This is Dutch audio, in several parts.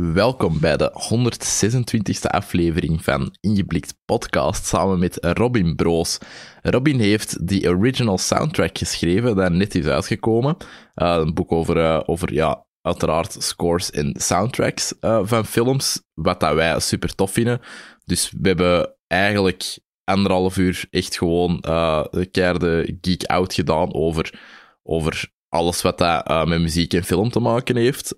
Welkom bij de 126e aflevering van Ingeblikt Podcast samen met Robin Broos. Robin heeft die original soundtrack geschreven, dat net is uitgekomen. Een boek over uiteraard scores en soundtracks van films, wat dat wij super tof vinden. Dus we hebben eigenlijk 1,5 uur echt gewoon een keiharde geek-out gedaan over alles wat dat met muziek en film te maken heeft.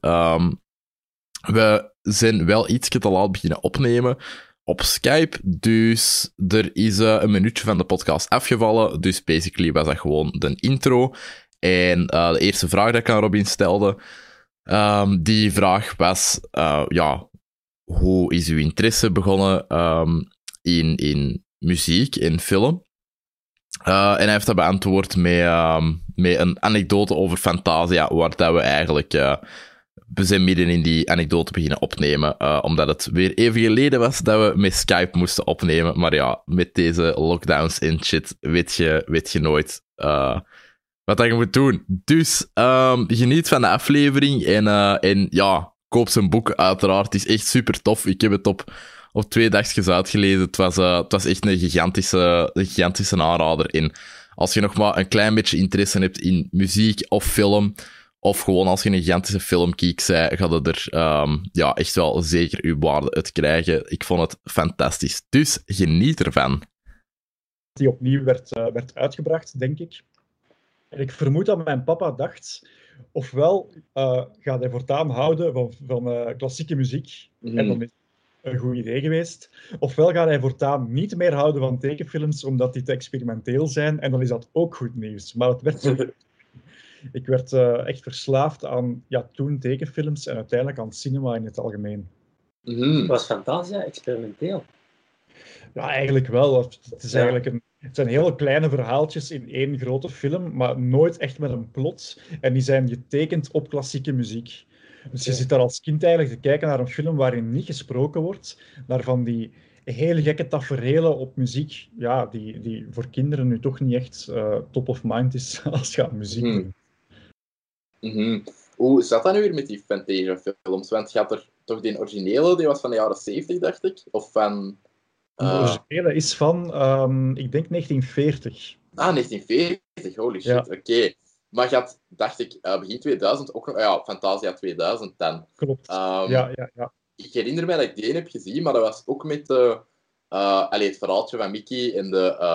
We zijn wel iets te laat beginnen opnemen op Skype, dus er is een minuutje van de podcast afgevallen. Dus basically was dat gewoon de intro. En de eerste vraag die ik aan Robin stelde, die vraag was, hoe is uw interesse begonnen in muziek, in film? En hij heeft dat beantwoord met een anekdote over Fantasia, waar dat we eigenlijk... we zijn midden in die anekdote beginnen opnemen, omdat het weer even geleden was dat we met Skype moesten opnemen. Maar ja, met deze lockdowns en shit weet je nooit wat je moet doen. Dus geniet van de aflevering en koop zijn boek uiteraard. Het is echt super tof. Ik heb het op 2 dagjes uitgelezen. Het was echt een gigantische aanrader. En als je nog maar een klein beetje interesse hebt in muziek of film... Of gewoon als je een gigantische filmgeek bent, gaat het er echt wel zeker uw waarde uit krijgen. Ik vond het fantastisch. Dus geniet ervan. Die opnieuw werd uitgebracht, denk ik. En ik vermoed dat mijn papa dacht... Ofwel gaat hij voortaan houden van klassieke muziek. Mm. En dan is het een goed idee geweest. Ofwel gaat hij voortaan niet meer houden van tekenfilms, omdat die te experimenteel zijn. En dan is dat ook goed nieuws. Maar het werd zo... Ik werd echt verslaafd aan toen tekenfilms en uiteindelijk aan cinema in het algemeen. Was Fantasia experimenteel? Ja, eigenlijk wel. Het zijn hele kleine verhaaltjes in 1 grote film, maar nooit echt met een plot. En die zijn getekend op klassieke muziek. Dus je zit daar als kind eigenlijk te kijken naar een film waarin niet gesproken wordt, naar van die hele gekke taferelen op muziek, die voor kinderen nu toch niet echt top of mind is als je aan muziek denkt. Hoe zat dat nu weer met die Fantasia-films? Want je had er toch die originele, die was van de jaren 70, dacht ik? Of van... De originele is van, ik denk 1940. 1940, holy shit, ja. Oké. Maar je had, dacht ik, begin 2000 ook nog... Fantasia 2000 dan. Klopt, ja. Ik herinner mij dat ik die heb gezien, maar dat was ook met het verhaaltje van Mickey en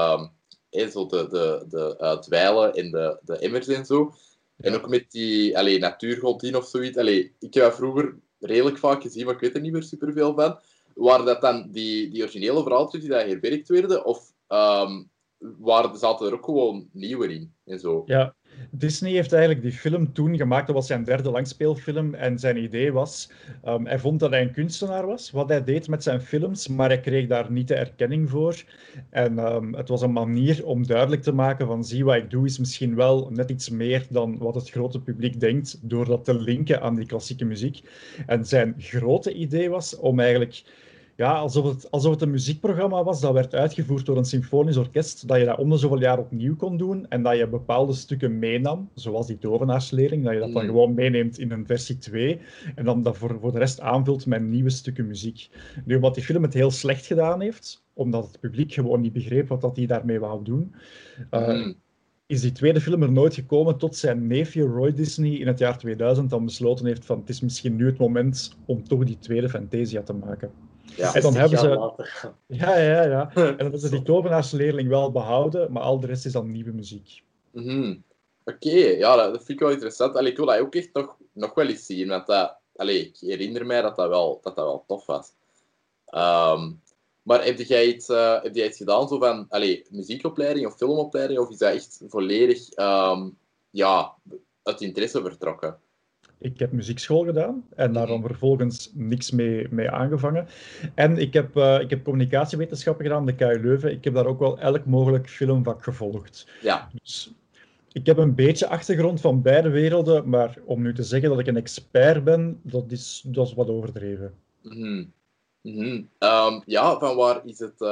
de dweilen en de emmers en zo. En ook met die natuurgodin of zoiets. Ik heb dat vroeger redelijk vaak gezien, maar ik weet er niet meer superveel van. Waren dat dan die originele verhaaltjes die daar herwerkt werden? Of zaten er ook gewoon nieuwe in? En zo? Ja, Disney heeft eigenlijk die film toen gemaakt. Dat was zijn 3e langspeelfilm. En zijn idee was... hij vond dat hij een kunstenaar was, wat hij deed met zijn films. Maar hij kreeg daar niet de erkenning voor. En het was een manier om duidelijk te maken van... Zie, wat ik doe is misschien wel net iets meer dan wat het grote publiek denkt. Door dat te linken aan die klassieke muziek. En zijn grote idee was om eigenlijk... Ja, alsof het een muziekprogramma was dat werd uitgevoerd door een symfonisch orkest, dat je dat om de zoveel jaar opnieuw kon doen en dat je bepaalde stukken meenam, zoals die tovenaarsleerling, dat je dat dan gewoon meeneemt in een versie 2 en dan dat voor de rest aanvult met nieuwe stukken muziek. Nu, omdat die film het heel slecht gedaan heeft, omdat het publiek gewoon niet begreep wat hij daarmee wou doen, is die tweede film er nooit gekomen tot zijn neefje Roy Disney in het jaar 2000 dan besloten heeft van het is misschien nu het moment om toch die tweede Fantasia te maken. Ja, en dan hebben ze... later. Ja. En dan hebben ze die tovenaarsleerling wel behouden, maar al de rest is dan nieuwe muziek. Oké, dat vind ik wel interessant. Ik wil dat ook echt nog wel eens zien, want ik herinner mij dat wel tof was. Maar heb jij iets gedaan zo van muziekopleiding of filmopleiding, of is dat echt volledig uit interesse vertrokken? Ik heb muziekschool gedaan en daar dan vervolgens niks mee aangevangen. En ik heb communicatiewetenschappen gedaan aan de KU Leuven. Ik heb daar ook wel elk mogelijk filmvak gevolgd. Ja. Dus ik heb een beetje achtergrond van beide werelden, maar om nu te zeggen dat ik een expert ben, dat is wat overdreven. Van waar is het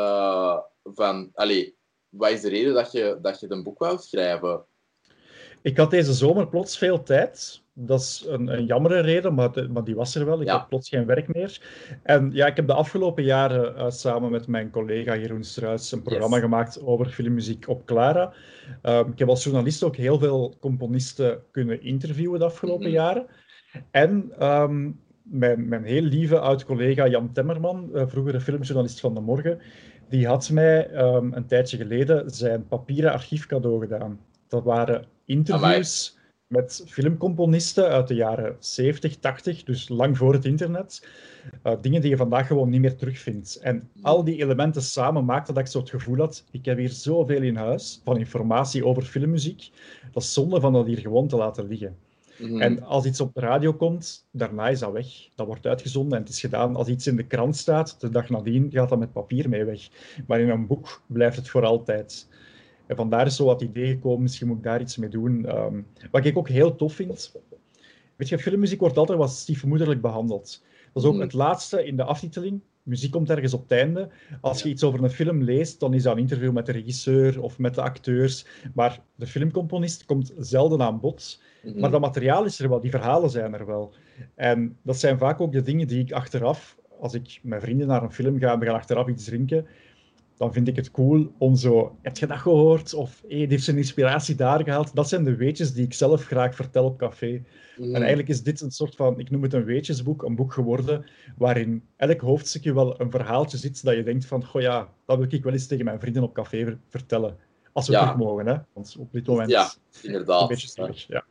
wat is de reden dat je een boek wou schrijven? Ik had deze zomer plots veel tijd. Dat is een jammere reden, maar die was er wel. Ik Ja. had plots geen werk meer. En ja, ik heb de afgelopen jaren samen met mijn collega Jeroen Struijs een programma gemaakt over filmmuziek op Clara. Ik heb als journalist ook heel veel componisten kunnen interviewen de afgelopen jaren. En mijn heel lieve oud-collega Jan Temmerman, vroegere filmjournalist van De Morgen, die had mij een tijdje geleden zijn papieren archief cadeau gedaan. Dat waren interviews met filmcomponisten uit de jaren 70, 80, dus lang voor het internet. Dingen die je vandaag gewoon niet meer terugvindt. En al die elementen samen maakten dat ik zo het gevoel had, ik heb hier zoveel in huis van informatie over filmmuziek. Dat is zonde van dat hier gewoon te laten liggen. En als iets op de radio komt, daarna is dat weg. Dat wordt uitgezonden en het is gedaan. Als iets in de krant staat, de dag nadien gaat dat met papier mee weg. Maar in een boek blijft het voor altijd. En vandaar is zo wat idee gekomen, misschien moet ik daar iets mee doen. Wat ik ook heel tof vind, weet je, filmmuziek wordt altijd wat stiefmoederlijk behandeld. Dat is ook het laatste in de aftiteling. Muziek komt ergens op het einde. Als je iets over een film leest, dan is dat een interview met de regisseur of met de acteurs. Maar de filmcomponist komt zelden aan bod. Maar dat materiaal is er wel, die verhalen zijn er wel. En dat zijn vaak ook de dingen die ik achteraf, als ik met vrienden naar een film ga en we gaan achteraf iets drinken, dan vind ik het cool om zo, heb je dat gehoord? Of hey, die heeft zijn inspiratie daar gehaald. Dat zijn de weetjes die ik zelf graag vertel op café. En eigenlijk is dit een soort van, ik noem het een weetjesboek, een boek geworden, waarin elk hoofdstukje wel een verhaaltje zit dat je denkt van, goh ja, dat wil ik wel eens tegen mijn vrienden op café vertellen. Als we terug mogen, hè. Want op dit moment inderdaad. Een beetje terug, ja.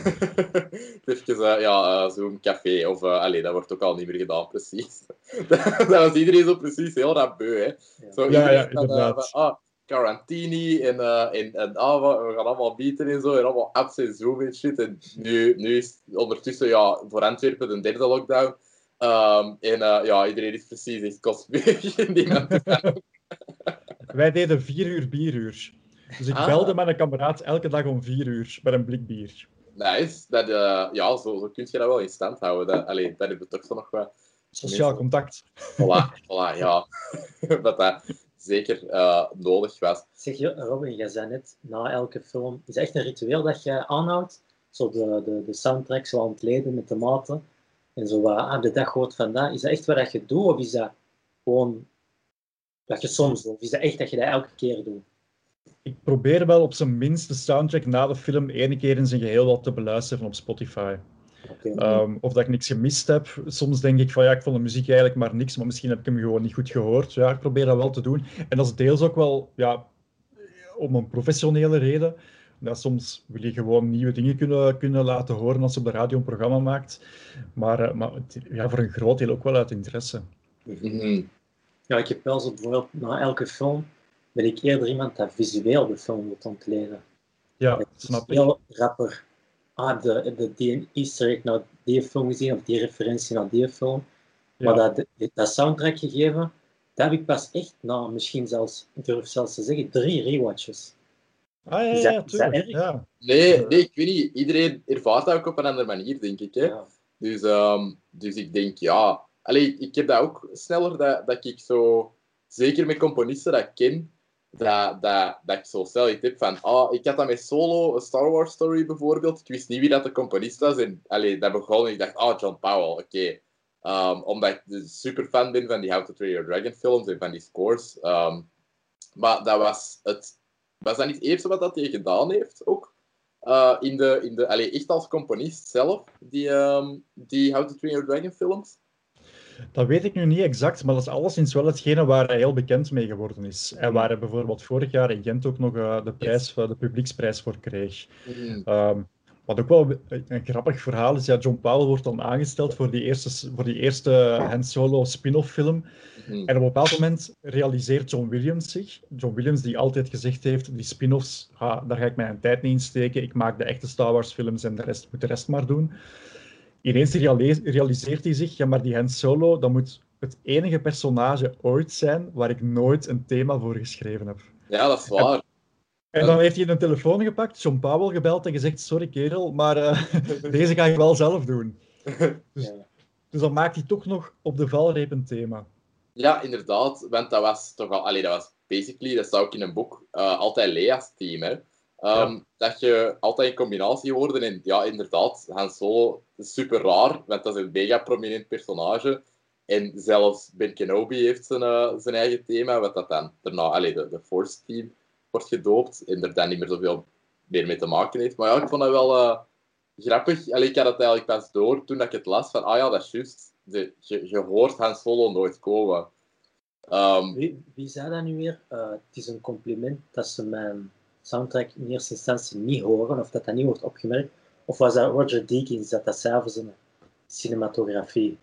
Even, zo'n café, of dat wordt ook al niet meer gedaan, precies. Dat was iedereen zo precies heel rap beu, hè. Zo, inderdaad. Quarantini en we gaan allemaal bieten en zo, en allemaal apps en Zoom en shit. En nu is ondertussen, voor Antwerpen de derde lockdown. Iedereen is precies echt kostbeug in die Wij deden 4 uur bieruur. Dus ik belde met een kameraad elke dag om 4 uur met een blik bier. Nice. Zo kun je dat wel in stand houden. Dat heb je toch zo nog wat... Sociaal contact. Voilà, ja. Wat dat zeker nodig was. Zeg je, Robin, jij zei net, na elke film, is het echt een ritueel dat je aanhoudt? Zo de soundtrack zo ontleden met de maten. En zo wat de dag hoort vandaag. Is dat echt wat je doet? Of is dat gewoon dat je soms doet? Of is dat echt dat je dat elke keer doet? Ik probeer wel op zijn minst de soundtrack na de film 1 keer in zijn geheel wat te beluisteren op Spotify. Of dat ik niks gemist heb. Soms denk ik van, ik vond de muziek eigenlijk maar niks, maar misschien heb ik hem gewoon niet goed gehoord. Ja, ik probeer dat wel te doen. En dat is deels ook wel, om een professionele reden. Soms wil je gewoon nieuwe dingen kunnen laten horen als je op de radio een programma maakt. Maar voor een groot deel ook wel uit interesse. Ja, ik heb wel zo bijvoorbeeld, na elke film ben ik eerder iemand dat visueel de film wil ontleden. Ja, snap ik. Heel rapper. Die easter egg naar die film gezien, of die referentie naar die film. Ja. Maar dat soundtrack gegeven, dat heb ik pas echt na, misschien zelfs, ik durf zelfs te zeggen, 3 rewatches. Tuurlijk. Ja. Nee, ik weet niet. Iedereen ervaart dat ook op een andere manier, denk ik. Hè? Ja. Dus ik denk, ik heb dat ook sneller, dat ik zo, zeker met componisten dat ik ken, dat ik zo snel iets heb van, ik had dat met Solo, een Star Wars story bijvoorbeeld. Ik wist niet wie dat de componist was. En dat begon en ik dacht, John Powell, oké. Omdat ik dus super fan ben van die How to Train Your Dragon films en van die scores. Maar dat was dat niet het eerste wat hij gedaan heeft, ook? Echt als componist zelf, die How to Train Your Dragon films? Dat weet ik nu niet exact, maar dat is alleszins wel hetgene waar hij heel bekend mee geworden is. En waar hij bijvoorbeeld vorig jaar in Gent ook nog de publieksprijs voor kreeg. Wat ook wel een grappig verhaal is, John Powell wordt dan aangesteld voor die eerste Han Solo spin-off film. En op een bepaald moment realiseert John Williams zich. John Williams die altijd gezegd heeft, die spin-offs, daar ga ik mijn tijd niet in steken. Ik maak de echte Star Wars films en de rest moet de rest maar doen. Ineens realiseert hij zich, maar die Han Solo, dat moet het enige personage ooit zijn waar ik nooit een thema voor geschreven heb. Ja, dat is waar. En dan heeft hij een telefoon gepakt, John Powell gebeld en gezegd, sorry kerel, maar deze ga ik wel zelf doen. Dus dan maakt hij toch nog op de valreep een thema. Ja, inderdaad, want dat was toch al, dat was basically, dat staat ook in een boek, altijd Lea's team, hè. Dat je altijd in combinatie hoorde. En ja, inderdaad, Han Solo is super raar, want dat is een mega prominent personage. En zelfs Ben Kenobi heeft zijn eigen thema, wat dat dan daarna de Force Team wordt gedoopt. En er dan niet meer zoveel meer mee te maken heeft. Maar ja, ik vond dat wel grappig. Ik had het eigenlijk pas door toen ik het las van, ja, dat is juist. Je hoort Han Solo nooit komen. Wie zei dat nu weer? Het is een compliment dat ze mijn soundtrack in eerste instantie niet horen, of dat niet wordt opgemerkt. Of was dat Roger Deakins dat zei voor zijn cinematografie?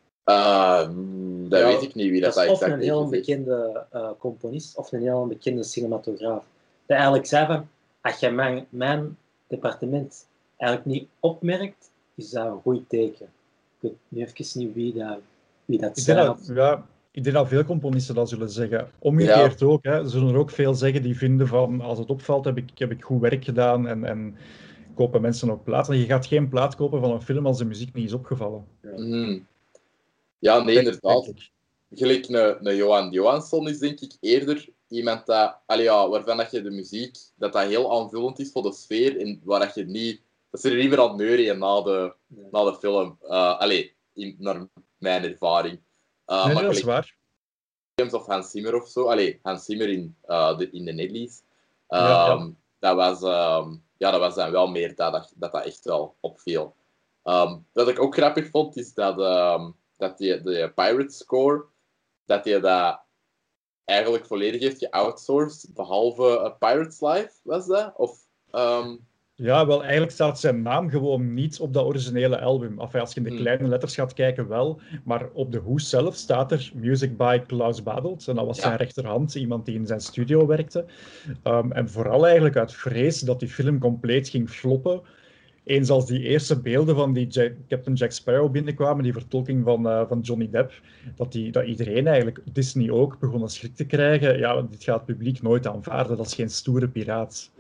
Dat weet ik niet wie dat is. Of exact een heel onbekende componist, of een heel onbekende cinematograaf. Die eigenlijk zei van, als je mijn departement eigenlijk niet opmerkt, is dat een goed teken. Ik weet nu even niet wie dat zei. Ik denk dat veel componisten dat zullen zeggen. Omgekeerd ook. Hè. Er zullen er ook veel zeggen die vinden van, als het opvalt, heb ik goed werk gedaan en kopen mensen ook plaat. En je gaat geen plaat kopen van een film als de muziek niet is opgevallen. Ja, nee, inderdaad. Gelijk een Johan Johansson is denk ik eerder iemand waarvan dat je de muziek, dat heel aanvullend is voor de sfeer en waar dat je niet... Dat ze er niet meer aan het neurien na de film. Naar mijn ervaring. Nee, dat is waar. Of Hans Zimmer of zo. Hans Zimmer in de Nedlies. Dat was dan wel meer dat echt wel opviel. Wat ik ook grappig vond, is dat de Pirate Score, dat hij dat eigenlijk volledig heeft geoutsourced, behalve Pirates Life, was dat? Of... Ja, wel, eigenlijk staat zijn naam gewoon niet op dat originele album. Als je in de kleine letters gaat kijken, wel. Maar op de hoes zelf staat er Music by Klaus Badelt. En dat was zijn rechterhand, iemand die in zijn studio werkte. En vooral eigenlijk uit vrees dat die film compleet ging floppen. Eens als die eerste beelden van die Captain Jack Sparrow binnenkwamen, die vertolking van Johnny Depp, dat iedereen eigenlijk, Disney ook, begon een schrik te krijgen. Ja, dit gaat het publiek nooit aanvaarden. Dat is geen stoere piraat.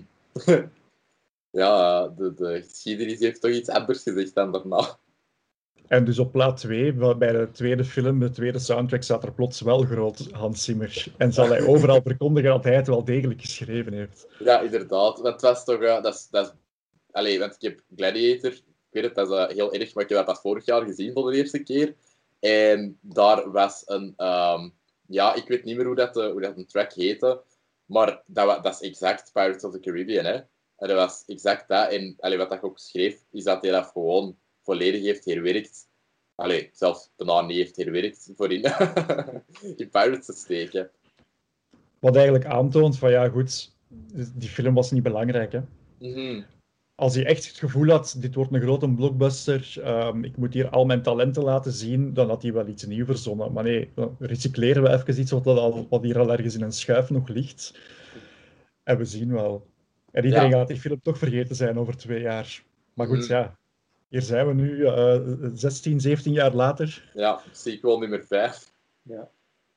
Ja, de geschiedenis heeft toch iets anders gezegd dan daarna. En dus op plaat 2, bij de tweede film, de tweede soundtrack, staat er plots wel groot Hans Zimmer. En zal hij overal verkondigen dat hij het wel degelijk geschreven heeft. Ja, inderdaad. Want het was toch... want ik heb Gladiator, ik weet het, dat is heel erg, maar ik heb dat pas vorig jaar gezien voor de eerste keer. En daar was een... ik weet niet meer hoe dat een track heette, maar dat is exact Pirates of the Caribbean, hè. En dat was exact dat. En wat ik ook schreef, is dat hij dat gewoon volledig heeft herwerkt. Zelfs daarna niet heeft herwerkt voor in Pirates te steken. Wat eigenlijk aantoont van, ja goed, die film was niet belangrijk, hè. Als hij echt het gevoel had, dit wordt een grote blockbuster, ik moet hier al mijn talenten laten zien, dan had hij wel iets nieuws verzonnen. Maar nee, dan recycleren we even iets wat hier al ergens in een schuif nog ligt. En we zien wel. En iedereen gaat die film toch vergeten zijn over 2 jaar. Maar goed, hier zijn we nu, 16, 17 jaar later. Ja, sequel nummer 5. Ja.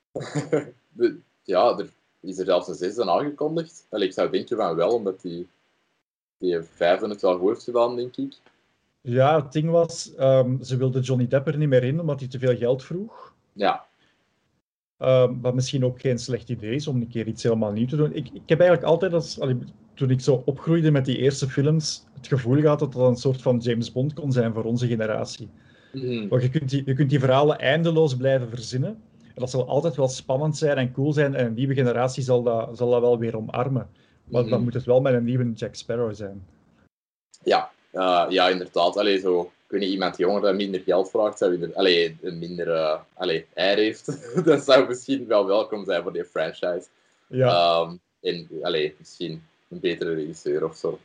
Er is er zelfs een 6e aangekondigd. Ik zou denken van wel, omdat die 5e het wel goed heeft gedaan, denk ik. Ja, het ding was, ze wilden Johnny Depp er niet meer in, omdat hij te veel geld vroeg. Ja. Wat misschien ook geen slecht idee is om een keer iets helemaal nieuw te doen. Ik heb eigenlijk altijd, toen ik zo opgroeide met die eerste films, het gevoel gehad dat dat een soort van James Bond kon zijn voor onze generatie. Want je kunt die verhalen eindeloos blijven verzinnen. En dat zal altijd wel spannend zijn en cool zijn. En een nieuwe generatie zal dat wel weer omarmen. Maar dan moet het wel met een nieuwe Jack Sparrow zijn. Ja, inderdaad. Ik weet niet, iemand jonger dat minder geld vraagt, minder eier heeft. Dat zou misschien wel welkom zijn voor die franchise. Ja. En misschien een betere regisseur of zo.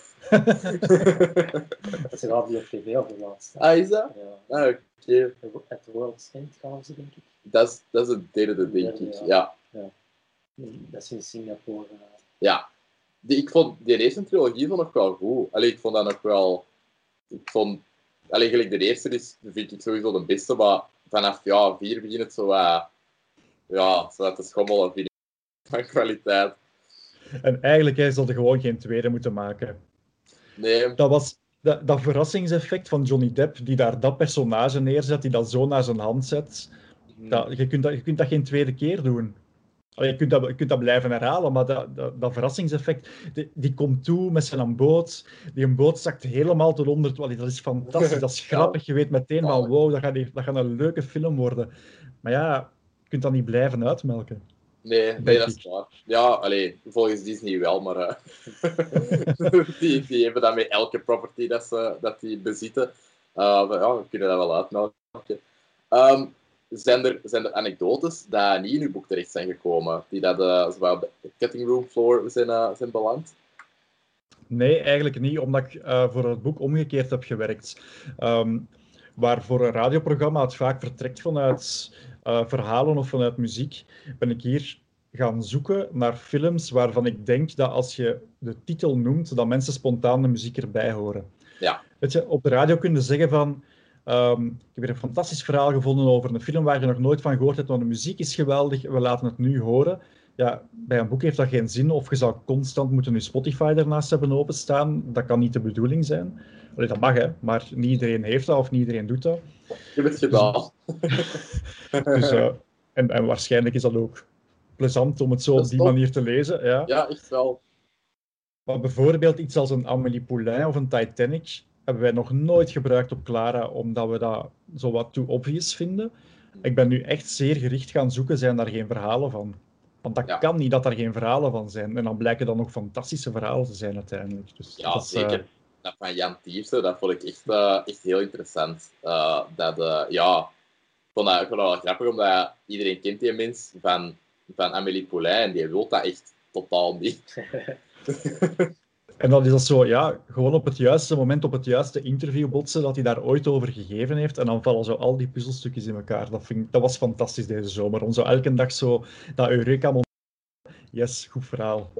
Dat is wel die tv of de laatste. Is dat? Ja. Oké. At the World's End gaan ze, denk ik. Dat is het derde, denk ik. Ja. Dat is in Singapore. Ja. Ik vond die eerste trilogie nog wel goed. Ik vond dat nog wel... gelijk de eerste vind ik sowieso de beste, maar vanaf 4 begint het zo zo te schommelen van kwaliteit. En eigenlijk zal er gewoon geen tweede moeten maken. Nee. Dat was dat verrassingseffect van Johnny Depp, die daar dat personage neerzet, die dat zo naar zijn hand zet. Je kunt dat geen tweede keer doen. Je kunt dat blijven herhalen, maar dat verrassingseffect, die komt toe met zijn boot. Die een boot zakt helemaal tot onder. Dat is fantastisch, dat is grappig. Je weet meteen van, wow, dat gaat een leuke film worden. Maar ja, je kunt dat niet blijven uitmelken. Nee, dat is waar. Ja, volgens Disney wel, maar die hebben dat met elke property dat die bezitten. We kunnen dat wel uitmelken. Zijn er anekdotes die niet in uw boek terecht zijn gekomen, die dat zowel op de cutting room floor zijn beland? Nee, eigenlijk niet, omdat ik voor het boek omgekeerd heb gewerkt. Waar voor een radioprogramma het vaak vertrekt vanuit verhalen of vanuit muziek, ben ik hier gaan zoeken naar films waarvan ik denk dat als je de titel noemt, dat mensen spontaan de muziek erbij horen. Ja. Weet je, op de radio kun je zeggen van... ik heb weer een fantastisch verhaal gevonden over een film waar je nog nooit van gehoord hebt, want de muziek is geweldig, we laten het nu horen. Ja, bij een boek heeft dat geen zin, of je zou constant moeten je Spotify ernaast hebben openstaan. Dat kan niet de bedoeling zijn. Dat mag, hè, maar niet iedereen heeft dat, of niet iedereen doet dat. Ik heb het gedaan. En waarschijnlijk is dat ook plezant om het zo op die manier te lezen. Ja, echt wel. Maar bijvoorbeeld iets als een Amélie Poulain of een Titanic hebben wij nog nooit gebruikt op Clara, omdat we dat zo wat too obvious vinden. Ik ben nu echt zeer gericht gaan zoeken, zijn daar geen verhalen van. Want dat kan niet dat er geen verhalen van zijn. En dan blijken dan nog fantastische verhalen te zijn uiteindelijk. Dus ja, dat, zeker. Dat van Jan Tierse, dat vond ik echt heel interessant. Ik vond dat wel grappig, omdat iedereen kent die mens van Amélie Poulain en die wil dat echt totaal niet. En dan is dat zo, gewoon op het juiste moment, op het juiste interview botsen, dat hij daar ooit over gegeven heeft. En dan vallen zo al die puzzelstukjes in elkaar. Dat was fantastisch deze zomer. Om zo elke dag zo dat Eureka-moment... Yes, goed verhaal.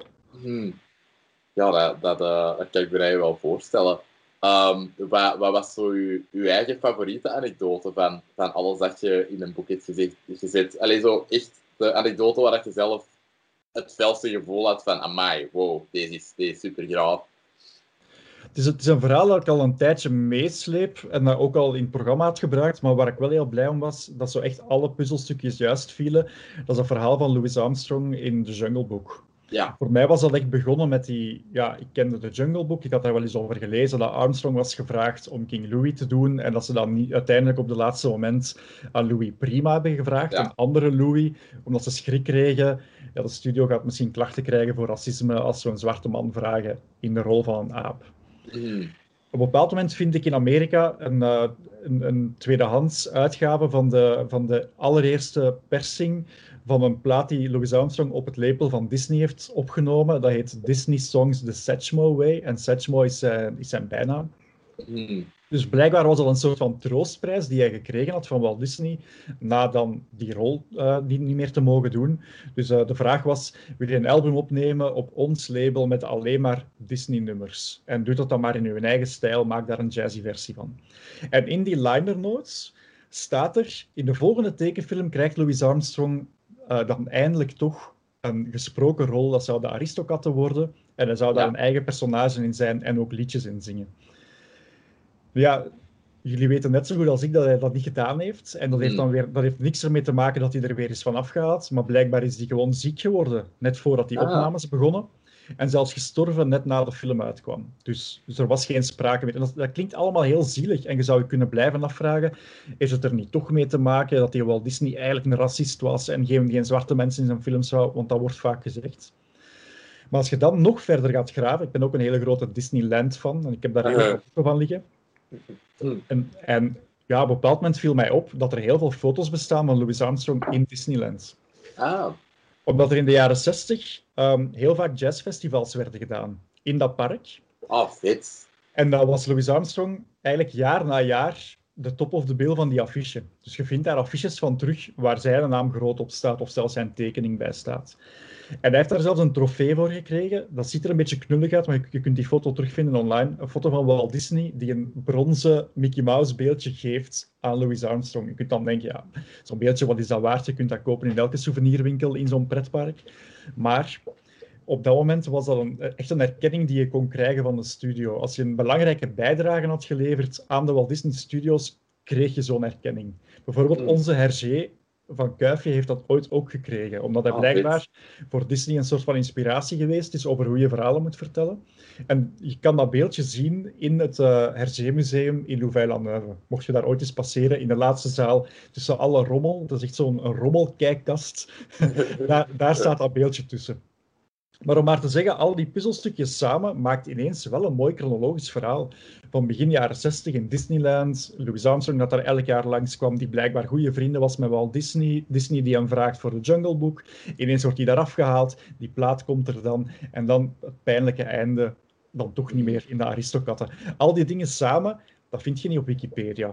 Ja, dat kan ik me wel voorstellen. Wat was zo uw eigen favoriete anekdote van alles dat je in een boek hebt gezet? Allee, zo echt de anekdote waar je zelf het felste gevoel had van, amai, wow, deze is super graaf. Het is een verhaal dat ik al een tijdje meesleep en dat ook al in het programma had gebruikt, maar waar ik wel heel blij om was, dat zo echt alle puzzelstukjes juist vielen. Dat is het verhaal van Louis Armstrong in The Jungle Book. Ja. Voor mij was dat echt begonnen met ik kende The Jungle Book, ik had daar wel eens over gelezen, dat Armstrong was gevraagd om King Louis te doen en dat ze dan uiteindelijk op het laatste moment aan Louis Prima hebben gevraagd, een andere Louis, omdat ze schrik kregen. Ja, de studio gaat misschien klachten krijgen voor racisme als ze een zwarte man vragen in de rol van een aap. Op een bepaald moment vind ik in Amerika een tweedehands uitgave van de allereerste persing van een plaat die Louis Armstrong op het label van Disney heeft opgenomen. Dat heet Disney Songs The Satchmo Way. En Satchmo is zijn bijnaam. Dus blijkbaar was dat een soort van troostprijs die hij gekregen had van Walt Disney, na dan die rol niet meer te mogen doen. Dus de vraag was, wil je een album opnemen op ons label met alleen maar Disney-nummers? En doe dat dan maar in uw eigen stijl, maak daar een jazzy versie van. En in die liner notes staat er, in de volgende tekenfilm krijgt Louis Armstrong dan eindelijk toch een gesproken rol, dat zou de Aristokatten worden, en hij zou daar een eigen personage in zijn en ook liedjes in zingen. Ja, jullie weten net zo goed als ik dat hij dat niet gedaan heeft. En dat heeft niks ermee te maken dat hij er weer is van afgehaald. Maar blijkbaar is hij gewoon ziek geworden, net voordat die opnames begonnen. En zelfs gestorven net na de film uitkwam. Dus er was geen sprake meer. En dat klinkt allemaal heel zielig. En je zou je kunnen blijven afvragen, is het er niet toch mee te maken dat die Walt Disney eigenlijk een racist was en geen zwarte mensen in zijn films zou, want dat wordt vaak gezegd. Maar als je dan nog verder gaat graven, ik ben ook een hele grote Disneyland-fan, en ik heb daar heel veel boeken van liggen. En op een bepaald moment viel mij op dat er heel veel foto's bestaan van Louis Armstrong in Disneyland. Omdat er in de jaren 60 heel vaak jazzfestivals werden gedaan in dat park. Vet. En dat was Louis Armstrong eigenlijk jaar na jaar de top of the bill van die affiche. Dus je vindt daar affiches van terug waar zijn naam groot op staat of zelfs zijn tekening bij staat. En hij heeft daar zelfs een trofee voor gekregen. Dat ziet er een beetje knullig uit, maar je kunt die foto terugvinden online. Een foto van Walt Disney die een bronzen Mickey Mouse beeldje geeft aan Louis Armstrong. Je kunt dan denken, zo'n beeldje, wat is dat waard? Je kunt dat kopen in elke souvenirwinkel in zo'n pretpark. Maar op dat moment was dat echt een erkenning die je kon krijgen van de studio. Als je een belangrijke bijdrage had geleverd aan de Walt Disney Studios, kreeg je zo'n erkenning. Bijvoorbeeld onze Hergé van Kuifje heeft dat ooit ook gekregen. Omdat hij blijkbaar voor Disney een soort van inspiratie geweest is over hoe je verhalen moet vertellen. En je kan dat beeldje zien in het Hergé-museum in Louvain-la-Neuve. Mocht je daar ooit eens passeren, in de laatste zaal, tussen alle rommel. Dat is echt zo'n rommelkijkkast. daar staat dat beeldje tussen. Maar om maar te zeggen, al die puzzelstukjes samen maakt ineens wel een mooi chronologisch verhaal. Van begin jaren 60 in Disneyland, Louis Armstrong dat daar elk jaar langskwam, die blijkbaar goede vrienden was met Walt Disney, Disney die hem vraagt voor de Jungle Book. Ineens wordt hij daar afgehaald, die plaat komt er dan, en dan het pijnlijke einde, dan toch niet meer in de Aristokatten. Al die dingen samen, dat vind je niet op Wikipedia.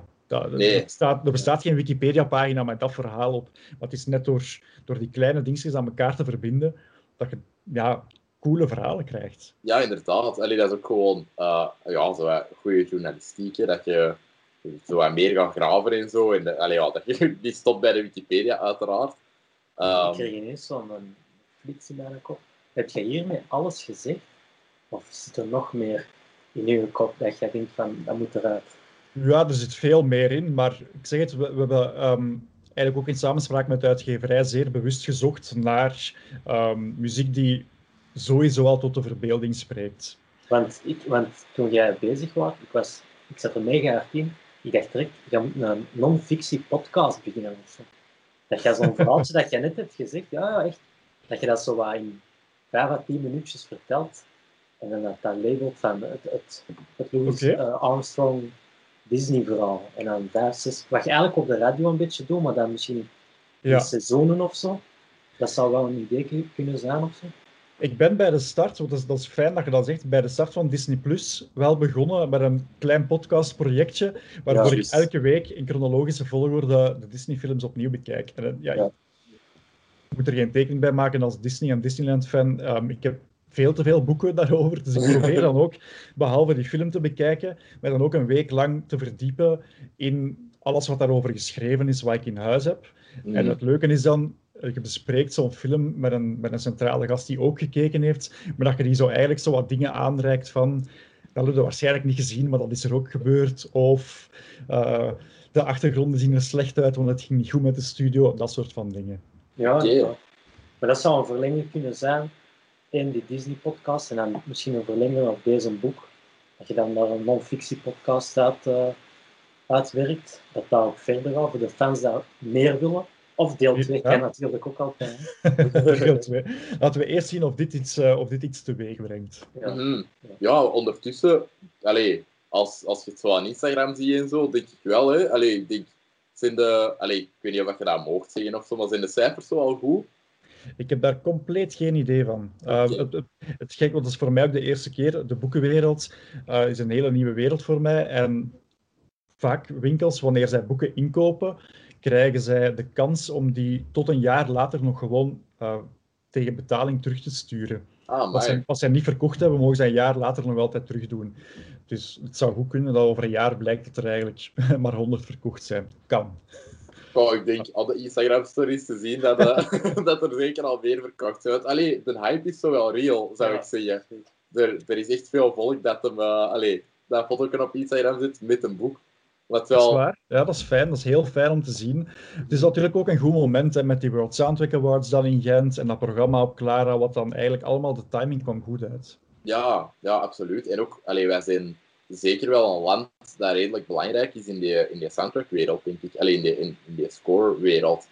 Er bestaat geen Wikipedia-pagina met dat verhaal op. Maar het is net door die kleine dingetjes aan elkaar te verbinden, dat je coole verhalen krijgt. Ja, inderdaad. Allee, dat is ook gewoon zo goede journalistiek. Hè, dat je zo wat meer gaat graven en zo. En dat je niet stopt bij de Wikipedia, uiteraard. Ik kreeg ineens zo'n flits in mijn kop. Heb jij hiermee alles gezegd? Of zit er nog meer in je kop dat jij denkt van, dat moet eruit? Ja, er zit veel meer in. Maar ik zeg het, we hebben... eigenlijk ook in samenspraak met de uitgeverij zeer bewust gezocht naar muziek die sowieso al tot de verbeelding spreekt. Want toen jij bezig was, ik zat er mega hard in, ik dacht direct, je moet een non-fictie podcast beginnen of zo. Dat je zo'n verhaaltje dat je net hebt gezegd, ja, echt, dat je dat zo wat in 5 à 10 minuutjes vertelt en dan dat labelt van het Louis Armstrong Disney-verhaal. En dan 5, 6... Wat je eigenlijk op de radio een beetje doet, maar dan misschien in seizoenen of zo. Dat zou wel een idee kunnen zijn of zo. Ik ben bij de start, want dat is fijn dat je dat zegt, bij de start van Disney Plus wel begonnen met een klein podcastprojectje, waarvoor ik elke week in chronologische volgorde de Disney-films opnieuw bekijk. En, ik moet er geen tekening bij maken als Disney- en Disneyland-fan. Ik heb veel te veel boeken daarover, dus ik probeer dan ook, behalve die film te bekijken, mij dan ook een week lang te verdiepen in alles wat daarover geschreven is, wat ik in huis heb. En het leuke is dan, je bespreekt zo'n film met een centrale gast die ook gekeken heeft, maar dat je die zo eigenlijk zo wat dingen aanreikt van, dat heb je waarschijnlijk niet gezien, maar dat is er ook gebeurd. Of de achtergronden zien er slecht uit, want het ging niet goed met de studio. Dat soort van dingen. Ja, maar dat zou een verlenging kunnen zijn in die Disney-podcast en dan misschien een verlenging op deze boek. Dat je dan daar een non-fictie-podcast uitwerkt, dat daar ook verder gaat voor de fans die meer willen. Of deel 2 kan natuurlijk ook altijd. Deel 2. Laten we eerst zien of dit iets teweeg brengt. Ja, ondertussen, als je het zo aan Instagram ziet en zo, denk ik wel, hè. Ik denk, ik weet niet of je dat mocht zeggen of zo, maar zijn de cijfers zo al goed? Ik heb daar compleet geen idee van. Het gek, want dat is voor mij ook de eerste keer. De boekenwereld is een hele nieuwe wereld voor mij. En vaak winkels, wanneer zij boeken inkopen, krijgen zij de kans om die tot een jaar later nog gewoon tegen betaling terug te sturen. Als zij niet verkocht hebben, mogen zij een jaar later nog altijd terugdoen. Dus het zou goed kunnen dat over een jaar blijkt dat er eigenlijk maar 100 verkocht zijn. Kan. Ik denk al de Instagram-stories te zien dat, dat er zeker al meer verkocht zijn. De hype is zo wel real, zou ik zeggen. Er is echt veel volk dat dat foto's op Instagram zit met een boek. Dat is waar. Ja, dat is fijn. Dat is heel fijn om te zien. Het is natuurlijk ook een goed moment hè, met die World Soundtrack Awards dan in Gent en dat programma op Clara, wat dan eigenlijk allemaal, de timing kwam goed uit. Ja, absoluut. En ook, wij zijn zeker wel een land dat redelijk belangrijk is in die soundtrack-wereld, denk ik. In die score-wereld.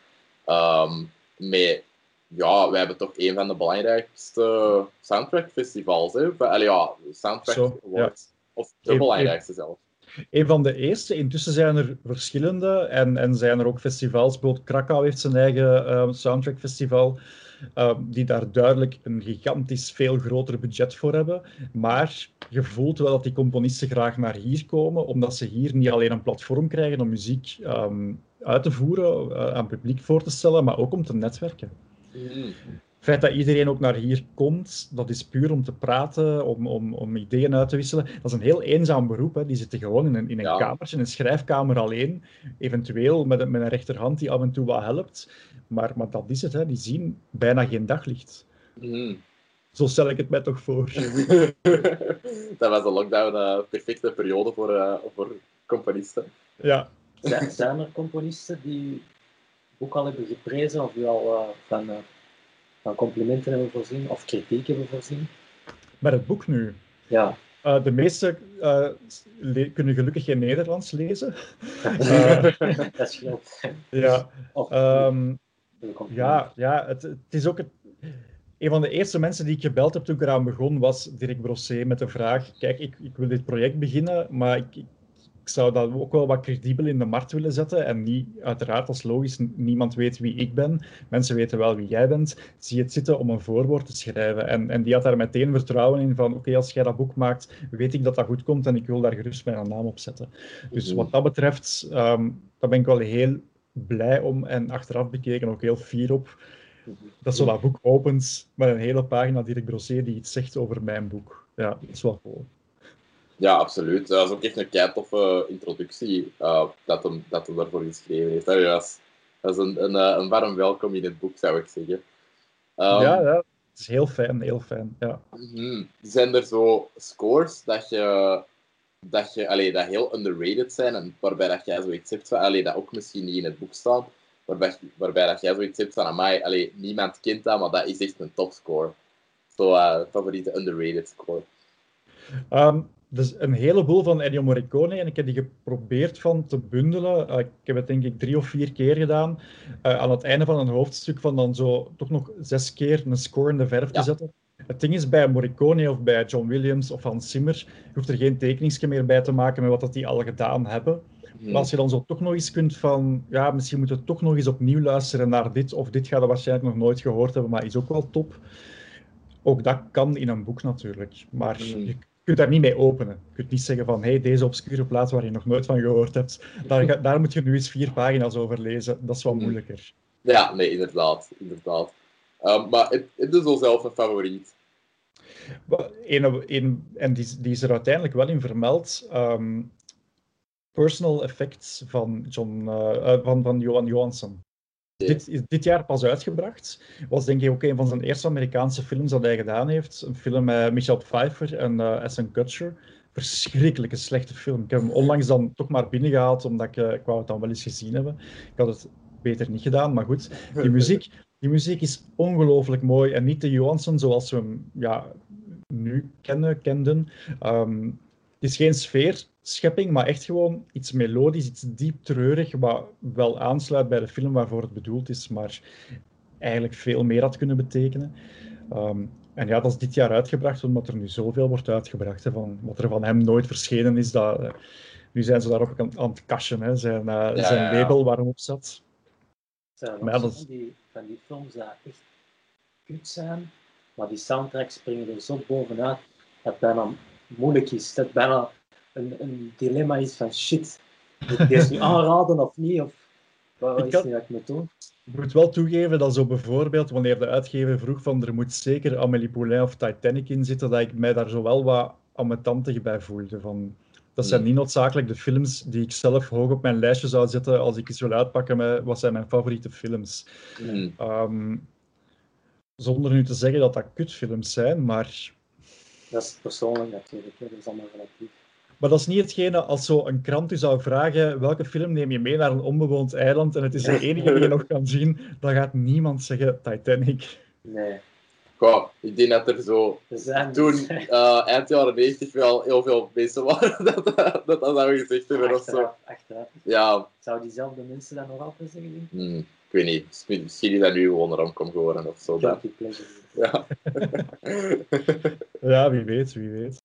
We hebben toch een van de belangrijkste soundtrack-festivals. Hè? Soundtrack Awards. Of de belangrijkste zelfs. Een van de eerste. Intussen zijn er verschillende en zijn er ook festivals. Bijvoorbeeld Krakau heeft zijn eigen soundtrack-festival. Die daar duidelijk een gigantisch veel groter budget voor hebben. Maar je voelt wel dat die componisten graag naar hier komen, omdat ze hier niet alleen een platform krijgen om muziek uit te voeren, aan het publiek voor te stellen, maar ook om te netwerken. Het feit dat iedereen ook naar hier komt, dat is puur om te praten, om ideeën uit te wisselen. Dat is een heel eenzaam beroep. Hè. Die zitten gewoon in een kamertje, in een schrijfkamer alleen. Eventueel met een rechterhand die af en toe wat helpt. Maar dat is het. Hè. Die zien bijna geen daglicht. Zo stel ik het mij toch voor. Dat was de lockdown een perfecte periode voor componisten. Ja. Zijn er componisten die boek al hebben geprezen of u al van complimenten hebben voorzien of kritiek hebben voorzien? Maar het boek nu. Ja. De meeste kunnen gelukkig geen Nederlands lezen. Dat scheelt. Ja, Of, het is ook een van de eerste mensen die ik gebeld heb toen ik eraan begon, was Dirk Brossé met de vraag: kijk, ik wil dit project beginnen, maar ik zou dat ook wel wat credibel in de markt willen zetten. En niet, uiteraard, als logisch, niemand weet wie ik ben. Mensen weten wel wie jij bent. Zie het zitten om een voorwoord te schrijven. En die had daar meteen vertrouwen in van, oké, als jij dat boek maakt, weet ik dat dat goed komt en ik wil daar gerust mijn naam op zetten. Dus wat dat betreft, daar ben ik wel heel blij om en achteraf bekeken ook heel fier op. Dat zo dat boek opent met een hele pagina Dirk Brossé die iets zegt over mijn boek. Ja, dat is wel cool. Ja, absoluut. Dat is ook echt een keitoffe introductie dat hem daarvoor geschreven heeft. Dat is een warm welkom in het boek, zou ik zeggen. Ja, het is heel fijn, heel fijn. Ja. Zijn er zo scores dat heel underrated zijn en waarbij dat jij zoiets hebt van, dat ook misschien niet in het boek staat, waarbij dat jij zoiets hebt van, amai, niemand kent dat, maar dat is echt een topscore. Zo favoriete underrated score. Dus een heleboel van Ennio Morricone en ik heb die geprobeerd van te bundelen. Ik heb het denk ik 3 of 4 keer gedaan. Aan het einde van een hoofdstuk van dan zo toch nog 6 keer een score in de verf te zetten. Het ding is, bij Morricone of bij John Williams of Hans Zimmer, je hoeft er geen tekeningsje meer bij te maken met wat die al gedaan hebben. Maar als je dan zo toch nog eens kunt van, ja, misschien moeten we toch nog eens opnieuw luisteren naar dit, of dit gaat we waarschijnlijk nog nooit gehoord hebben, maar is ook wel top. Ook dat kan in een boek natuurlijk, maar je kunt daar niet mee openen. Je kunt niet zeggen van, hey, deze obscure plaats waar je nog nooit van gehoord hebt, daar moet je nu eens 4 pagina's over lezen. Dat is wat moeilijker. Ja, nee, inderdaad. Maar het is wel zelf een favoriet. En die is er uiteindelijk wel in vermeld. Personal Effects van Johan Johansson. Dit jaar pas uitgebracht. Was denk ik ook een van zijn eerste Amerikaanse films dat hij gedaan heeft. Een film met Michelle Pfeiffer en Ashton Kutcher. Verschrikkelijke slechte film. Ik heb hem onlangs dan toch maar binnengehaald, omdat ik wou het dan wel eens gezien hebben. Ik had het beter niet gedaan, maar goed. Die muziek is ongelooflijk mooi. En niet de Johansson zoals we hem nu kenden. Het is geen sfeerschepping, maar echt gewoon iets melodisch, iets diep treurig, wat wel aansluit bij de film waarvoor het bedoeld is, maar eigenlijk veel meer had kunnen betekenen. En ja, dat is dit jaar uitgebracht, omdat er nu zoveel wordt uitgebracht, van wat er van hem nooit verschenen is. Nu zijn ze daar ook aan het cashen, hè, zijn label waar hem op zat. Maar van die films dat echt kut zijn, maar die soundtracks springen er zo bovenuit dat het bijna moeilijk is. Dat het bijna een dilemma is van shit, moet ik deze nu aanraden of niet? Of wat is nu dat ik moet doen? Ik moet wel toegeven dat zo bijvoorbeeld, wanneer de uitgever vroeg van er moet zeker Amélie Poulain of Titanic in zitten, dat ik mij daar zo wel wat ambetantig bij voelde. Dat zijn niet noodzakelijk de films die ik zelf hoog op mijn lijstje zou zetten als ik eens wil uitpakken met wat zijn mijn favoriete films. Zonder nu te zeggen dat kutfilms zijn, maar... Dat is persoonlijk natuurlijk, dat is allemaal relatief. Maar dat is niet hetgene als zo een krant u zou vragen welke film neem je mee naar een onbewoond eiland en het is de enige die je nog kan zien, dan gaat niemand zeggen Titanic. Nee. Goh, ik denk dat er zo toen eind jaren 90 wel heel veel mensen waren dat zou gezegd hebben of zo. Achteraf. Ja. Zou diezelfde mensen dat nog altijd zeggen? Ik weet niet. Misschien is dat nu gewoon een romcom geworden of zo. Ja. Ja, wie weet.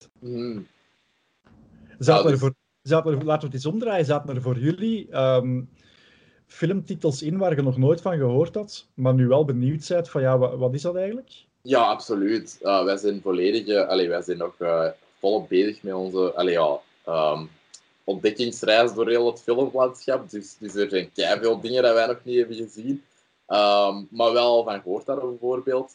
Laten we het eens omdraaien. Zaten er voor jullie filmtitels in waar je nog nooit van gehoord had, maar nu wel benieuwd bent van ja, wat is dat eigenlijk? Ja, absoluut. Wij zijn wij zijn nog volop bezig met onze ontdekkingsreis door heel het filmlandschap. Dus er zijn keiveel dingen dat wij nog niet hebben gezien. Maar wel van gehoord hadden, bijvoorbeeld.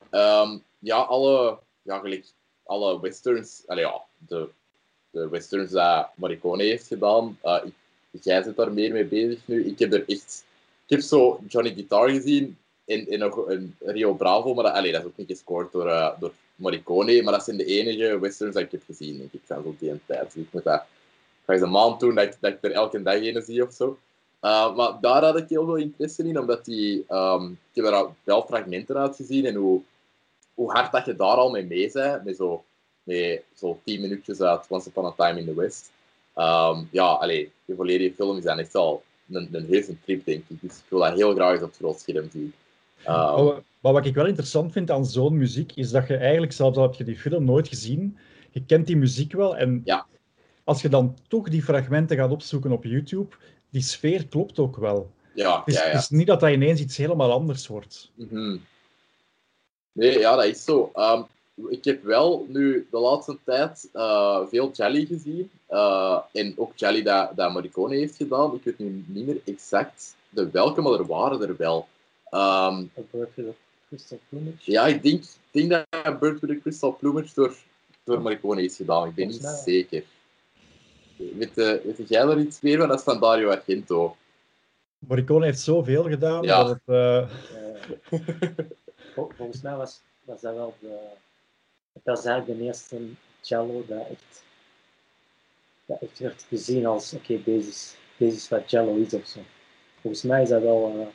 Alle westerns, de westerns dat Morricone heeft gedaan. Jij zit daar meer mee bezig nu. Ik heb zo Johnny Guitar gezien en nog een Rio Bravo, maar dat is ook niet gescoord door Morricone, maar dat zijn de enige westerns dat ik heb gezien, denk ik, van zo'n die tijd. Dus ik ga eens een maand doen dat ik er elke dag een zie of zo. Maar daar had ik heel veel interesse in, omdat ik heb er al wel fragmenten uit gezien en hoe hard dat je daar al mee bent, met zo 10 minuutjes uit Once Upon a Time in the West. Die volledige film is dan echt al een heuse trip, denk ik. Dus ik wil dat heel graag eens op het groot scherm zien. Maar wat ik wel interessant vind aan zo'n muziek, is dat je eigenlijk, zelfs al heb je die film nooit gezien, je kent die muziek wel. En Ja. als je dan toch die fragmenten gaat opzoeken op YouTube, die sfeer klopt ook wel. Ja, Het is niet dat dat ineens iets helemaal anders wordt. Mm-hmm. Nee, ja, dat is zo. Ik heb wel nu de laatste tijd veel Jelly gezien. En ook Jelly dat Morricone heeft gedaan. Ik weet nu niet meer exact de welke, maar er waren er wel. A Bird with a Crystal Plumage. Ja, ik denk dat A Bird with a Crystal Plumage door Morricone is gedaan. Ik ben niet zeker. Weet jij er iets meer van? Dat is van Dario Argento. Morricone heeft zoveel gedaan Ja. dat het... Volgens mij was dat wel dat is eigenlijk de eerste cello dat echt werd gezien als oké, deze is wat cello is of zo. Volgens mij is dat wel...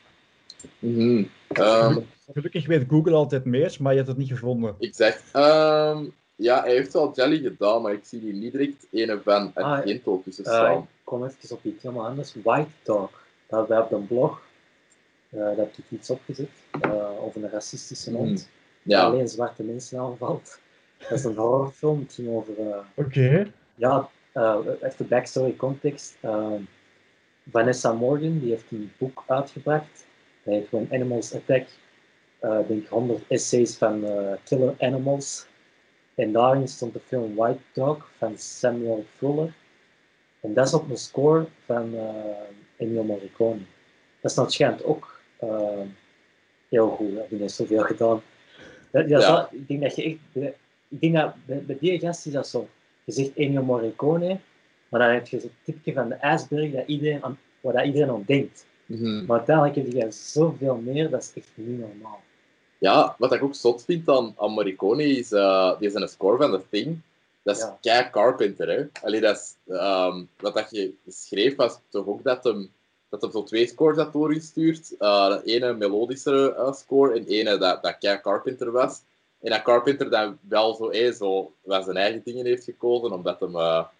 Gelukkig weet Google altijd meer, maar je hebt het niet gevonden. Exact. Ja, hij heeft wel Jelly gedaan, maar ik zie hier niet direct een van Argento tussen staan. Ik kom even op iets helemaal anders. White Dog. Dat hebben we op een blog. Daar heb ik iets opgezet over een racistische hond. Ja. Alleen zwarte mensen aanvalt. Dat is een horrorfilm. Het ging over... Oké. Ja, even backstory context. Vanessa Morgan die heeft een boek uitgebracht. Dat heet When Animals Attack. Ik denk 100 essays van killer animals. En daarin stond de film White Dog van Samuel Fuller. En dat is op een score van Ennio Morricone. Dat is waarschijnlijk ook heel goed. Die heeft zoveel gedaan. Ik denk dat je echt... Ik denk dat bij die gast is dat zo. Je zegt Ennio Morricone, maar dan heb je zo'n tipje van de ijsberg waar iedereen aan denkt. Mm-hmm. Maar uiteindelijk heb je zoveel meer, dat is echt niet normaal. Ja, wat ik ook zot vind aan Morricone is, die is een score van The Thing. Dat is kei Carpenter, hè. Allee, dat is, wat dat je schreef was toch ook dat hem zo 2 scores had doorgestuurd. De ene melodische score en ene dat kei Carpenter was. En dat Carpenter dan wel zo zijn eigen dingen heeft gekozen, omdat hem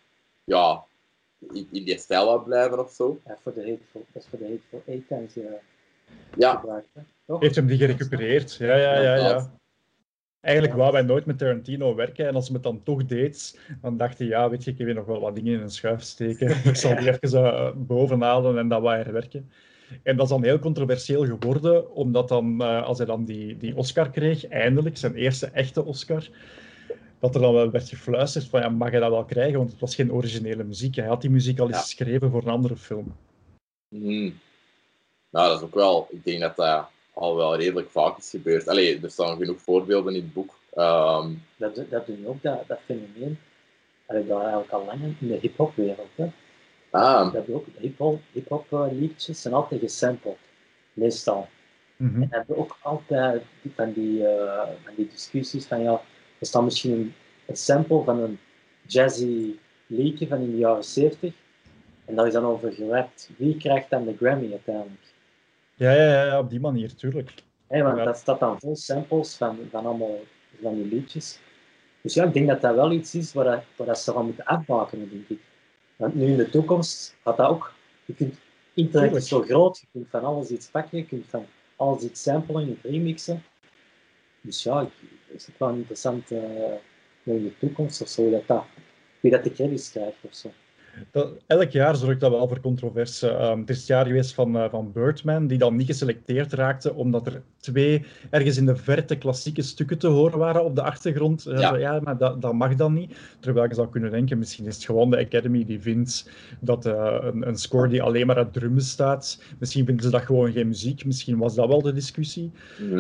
in die stijl wou blijven of zo. Ja, dat is voor de Hateful Eight times gebruikt. Heeft hem die gerecupereerd? Ja. Eigenlijk wou wij nooit met Tarantino werken en als hij het dan toch deed, dan dacht hij, weet je, ik heb hier nog wel wat dingen in een schuif steken. Ik zal die even bovenhalen en dat wou werken. En dat is dan heel controversieel geworden, omdat dan, als hij dan die Oscar kreeg, eindelijk, zijn eerste echte Oscar, dat er dan wel werd gefluisterd van, mag hij dat wel krijgen? Want het was geen originele muziek. Hij had die muziek al eens geschreven voor een andere film. Nou, dat is ook wel... Ik denk dat al wel redelijk vaak is gebeurd. Allee, er staan genoeg voorbeelden in het boek. Dat doen ook, dat fenomeen. Dat eigenlijk al lang in de hip-hop-wereld. Dat ook hip-hop liedjes zijn altijd gesampled, meestal. Mm-hmm. En we hebben ook altijd van die discussies van er staat misschien een sample van een jazzy liedje van in de jaren 70 en daar is dan over gerapt. Wie krijgt dan de Grammy uiteindelijk? Ja, op die manier, tuurlijk. Want dat staat dan vol samples van allemaal van die liedjes. Dus ik denk dat dat wel iets is waar ze van moeten afbakenen, denk ik. Want nu in de toekomst gaat dat ook. Internet is zo groot, je kunt van alles iets pakken, je kunt van alles iets samplen en remixen. Dus het is ook wel interessant in de toekomst of zo, wie dat de credits krijgt of zo. Elk jaar zorgt dat wel voor controverse. Het is het jaar geweest van Birdman, die dan niet geselecteerd raakte, omdat er 2 ergens in de verte klassieke stukken te horen waren op de achtergrond. Maar dat mag dan niet. Terwijl je zou kunnen denken, misschien is het gewoon de Academy die vindt dat een score die alleen maar uit drum bestaat. Misschien vinden ze dat gewoon geen muziek. Misschien was dat wel de discussie.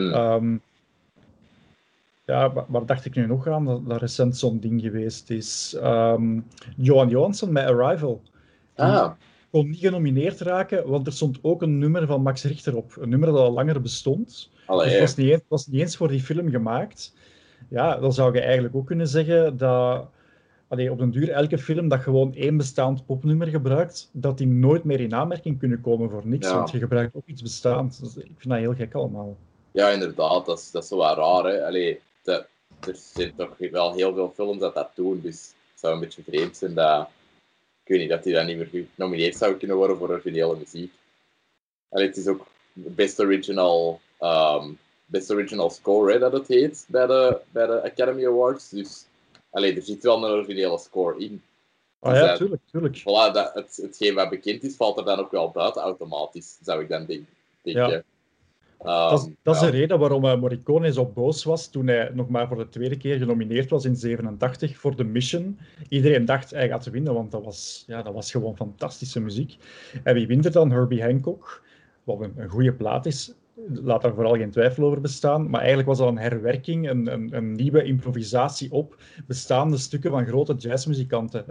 Waar dacht ik nu nog aan dat recent zo'n ding geweest is? Johan Johansson met Arrival. Kon niet genomineerd raken, want er stond ook een nummer van Max Richter op. Een nummer dat al langer bestond. Dus het was niet eens voor die film gemaakt. Ja, dan zou je eigenlijk ook kunnen zeggen dat op den duur elke film dat gewoon één bestaand popnummer gebruikt, dat die nooit meer in aanmerking kunnen komen voor niks, Ja. want je gebruikt ook iets bestaand. Dus ik vind dat heel gek allemaal. Ja, inderdaad, dat is zo wel raar. Hè? Er zijn toch wel heel veel films dat doen, dus het zou een beetje vreemd zijn dat, ik weet niet, dat die dan niet meer genomineerd zou kunnen worden voor originele muziek. Het is ook Best Original Score, hè, dat het heet, bij de Academy Awards. Dus er zit wel een originele score in. Ah Dus ja, tuurlijk. Voilà, hetgeen wat bekend is, valt er dan ook wel buiten automatisch, zou ik dan denken. Ja. Dat is de reden waarom Morricone zo boos was toen hij nog maar voor de tweede keer genomineerd was in 1987 voor The Mission. Iedereen dacht hij gaat winnen, want dat was gewoon fantastische muziek. En wie wint er dan? Herbie Hancock, wat een goede plaat is. Laat daar vooral geen twijfel over bestaan. Maar eigenlijk was dat een herwerking, een nieuwe improvisatie op bestaande stukken van grote jazzmuzikanten.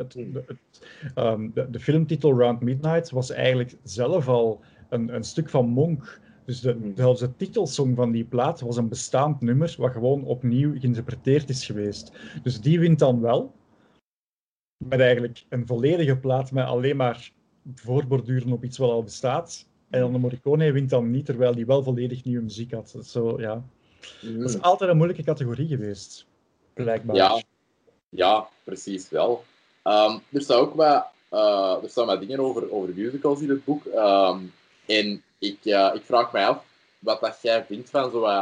De filmtitel Round Midnight was eigenlijk zelf al een stuk van Monk. Dus zelfs de titelsong van die plaat was een bestaand nummer, wat gewoon opnieuw geïnterpreteerd is geweest. Dus die wint dan wel. Met eigenlijk een volledige plaat met alleen maar voorborduren op iets wat al bestaat. En dan de Morricone wint dan niet, terwijl die wel volledig nieuwe muziek had. Zo, ja. Dat is altijd een moeilijke categorie geweest, blijkbaar. Ja, precies wel. Er staan ook wat dingen over musicals in het boek. En ik vraag mij af wat dat jij vindt van zo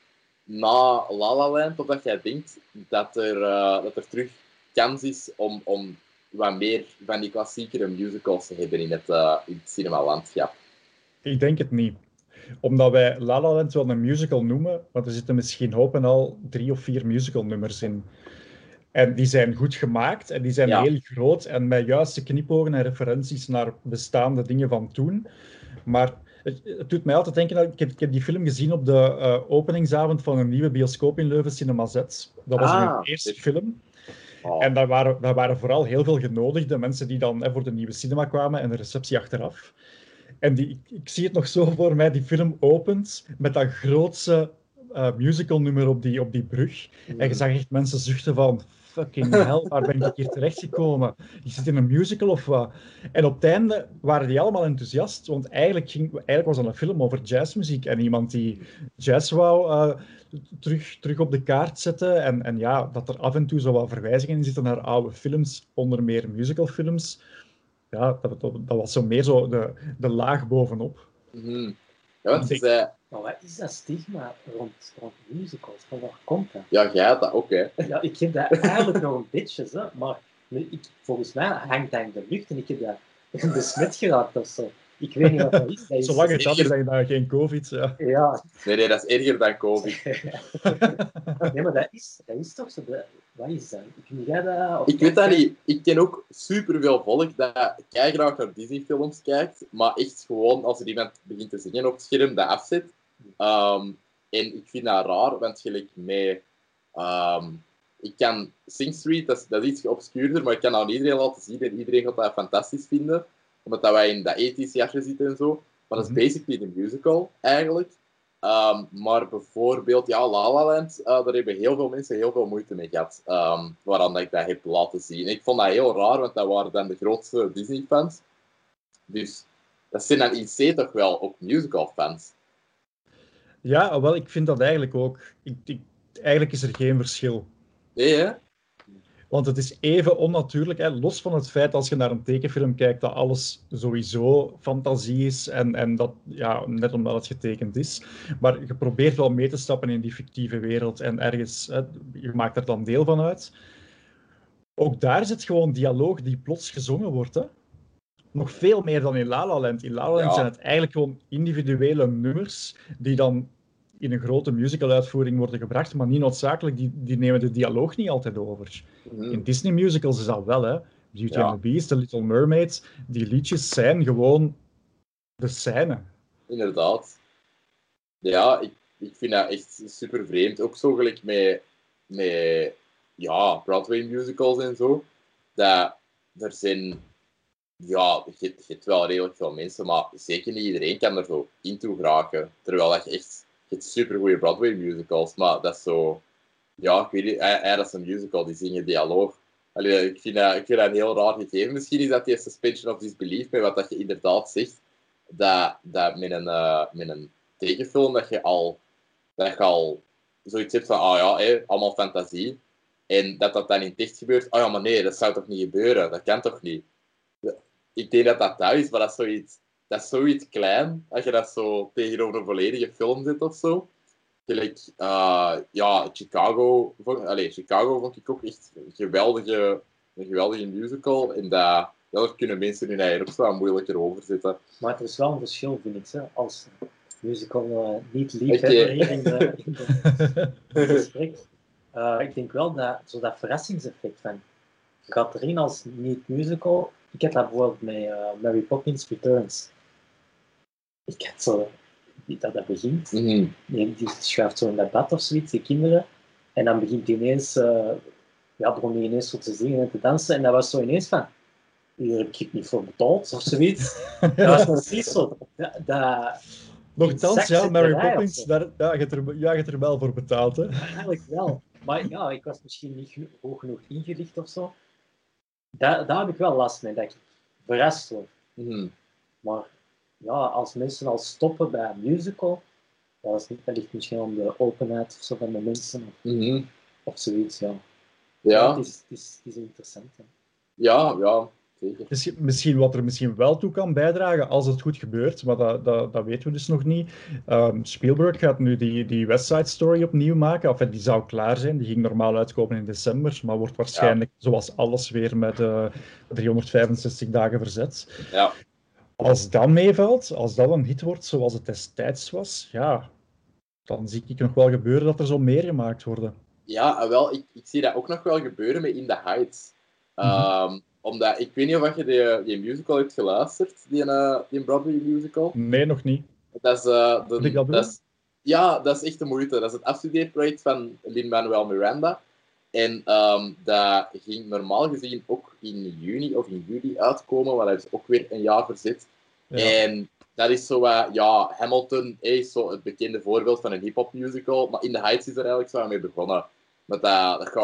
na La La Land, of dat jij denkt dat er terug kans is om wat meer van die klassiekere musicals te hebben in het cinemalandschap. Ik denk het niet. Omdat wij La La Land wel een musical noemen, want er zitten misschien hoop en al 3 of 4 musicalnummers in. En die zijn goed gemaakt en die zijn heel groot en met juiste knipogen en referenties naar bestaande dingen van toen. Maar het doet mij altijd denken, ik heb die film gezien op de openingsavond van een nieuwe bioscoop in Leuven, Cinema Z. Dat was hun eerste film. Oh. En daar waren vooral heel veel genodigden, mensen die dan voor de nieuwe cinema kwamen en de receptie achteraf. En ik zie het nog zo voor mij, die film opent met dat grootse musicalnummer op die brug. En je zag echt mensen zuchten van, fucking hell, waar ben ik hier terechtgekomen? Je zit in een musical of wat? En op het einde waren die allemaal enthousiast, want eigenlijk was dat een film over jazzmuziek en iemand die jazz wou terug op de kaart zetten. En ja, dat er af en toe zo wat verwijzingen in zitten naar oude films, onder meer musicalfilms. Ja, dat was zo meer zo de laag bovenop. Mm-hmm. Ja, want maar wat is dat stigma rond musicals? Van waar komt dat? Ja, jij had dat ook, hè? Ja, ik heb dat eigenlijk nog een beetje, hè, maar volgens mij hangt dat in de lucht en ik heb dat besmet geraakt of zo. Ik weet niet wat dat is. Zolang het dat is, dan je geen COVID. Ja. Nee, dat is erger dan COVID. Nee, maar dat is toch zo. Wat is dat? Ik weet dat niet. Ik ken ook superveel volk dat graag naar Disney-films kijkt, maar echt gewoon als er iemand begint te zingen op het scherm, dat afzet. En ik vind dat raar, want gelijk met... ik kan Sing Street, dat is iets obscuurder, maar ik kan dat aan iedereen laten zien en iedereen gaat dat fantastisch vinden, omdat wij in dat ethische jasje zitten en zo. Maar dat is basically de musical, eigenlijk. Maar bijvoorbeeld, La La Land, daar hebben heel veel mensen heel veel moeite mee gehad, waaraan ik dat heb laten zien. Ik vond dat heel raar, want dat waren dan de grootste Disney-fans. Dus dat zijn dan in C toch wel ook musical-fans. Ja, wel, ik vind dat eigenlijk ook. Eigenlijk is er geen verschil. Nee, hè? Want het is even onnatuurlijk, hè? Los van het feit als je naar een tekenfilm kijkt dat alles sowieso fantasie is en dat, ja, net omdat het getekend is. Maar je probeert wel mee te stappen in die fictieve wereld en ergens, hè, je maakt er dan deel van uit. Ook daar zit gewoon dialoog die plots gezongen wordt, hè? Nog veel meer dan in La La Land. In La La Land zijn het eigenlijk gewoon individuele nummers die dan in een grote musicaluitvoering worden gebracht, maar niet noodzakelijk, die nemen de dialoog niet altijd over. In Disney musicals is dat wel, hè. Beauty and the Beast, The Little Mermaid, die liedjes zijn gewoon de scène. Inderdaad. Ja, ik vind dat echt super vreemd. Ook zo gelijk met Broadway musicals en zo. Dat er zijn... Ja, je hebt wel redelijk veel mensen, maar zeker niet iedereen kan er zo in toe geraken. Terwijl dat je echt... Je hebt supergoeie Broadway musicals, maar dat is zo... Ja, ik weet niet, dat is een musical, die zingen dialoog. Allee, ik vind dat een heel raar gegeven. Misschien is dat die suspension of disbelief, met wat dat je inderdaad zegt, dat met een tekenfilm dat je al zoiets hebt van, allemaal fantasie, en dat dan in tekst gebeurt, ja, maar nee, dat zou toch niet gebeuren, dat kan toch niet. Ik denk dat dat is, maar dat is zoiets klein, als je dat zo tegenover een volledige film zet of zo. Gelijk, Chicago vond ik ook echt een geweldige musical. En daar kunnen mensen hun eigen ook zo moeilijker over zitten. Maar er is wel een verschil, vind ik, hè, als musical niet liefhebber hier in het gesprek. Ik denk wel dat zo dat verrassingseffect van je gaat erin als niet-musical. Ik heb dat bijvoorbeeld met Mary Poppins Returns. Ik had zo dat begint. Die schuift zo in dat bad of zoiets, die kinderen. En dan begint hij ineens, begon hij ineens zo te zingen en te dansen. En dat was zo ineens van, hier heb ik niet voor betaald of zoiets. Dat was precies zo. Nochtans, ja, Mary Poppins, je hebt er wel voor betaald, hè? Eigenlijk wel. Maar ja, ik was misschien niet hoog genoeg ingelicht of zo. Daar heb ik wel last mee, dat ik verrast word. Maar ja, als mensen al stoppen bij een musical, dat ligt misschien om de openheid of zo van de mensen of zoiets, ja. Ja. Het is interessant. Hè. Ja, zeker. Misschien wat er misschien wel toe kan bijdragen als het goed gebeurt, maar dat weten we dus nog niet. Spielberg gaat nu die West Side Story opnieuw maken. Enfin, die zou klaar zijn. Die ging normaal uitkomen in december, maar wordt waarschijnlijk, zoals alles, weer met 365 dagen verzet. Ja. Als dat meevalt, als dat een hit wordt zoals het destijds was, ja, dan zie ik nog wel gebeuren dat er zo meer gemaakt worden. Ja, wel, ik zie dat ook nog wel gebeuren met In the Heights. Omdat, ik weet niet of je die musical hebt geluisterd, die Broadway musical. Nee, nog niet. Dat is echt de moeite. Dat is het afstudeerproject van Lin-Manuel Miranda. En dat ging normaal gezien ook in juni of in juli uitkomen, maar dat is ook weer een jaar verzet. Ja. En dat is zo Hamilton is zo het bekende voorbeeld van een hip-hop musical, maar In the Heights is er eigenlijk zo mee begonnen. Dat gaat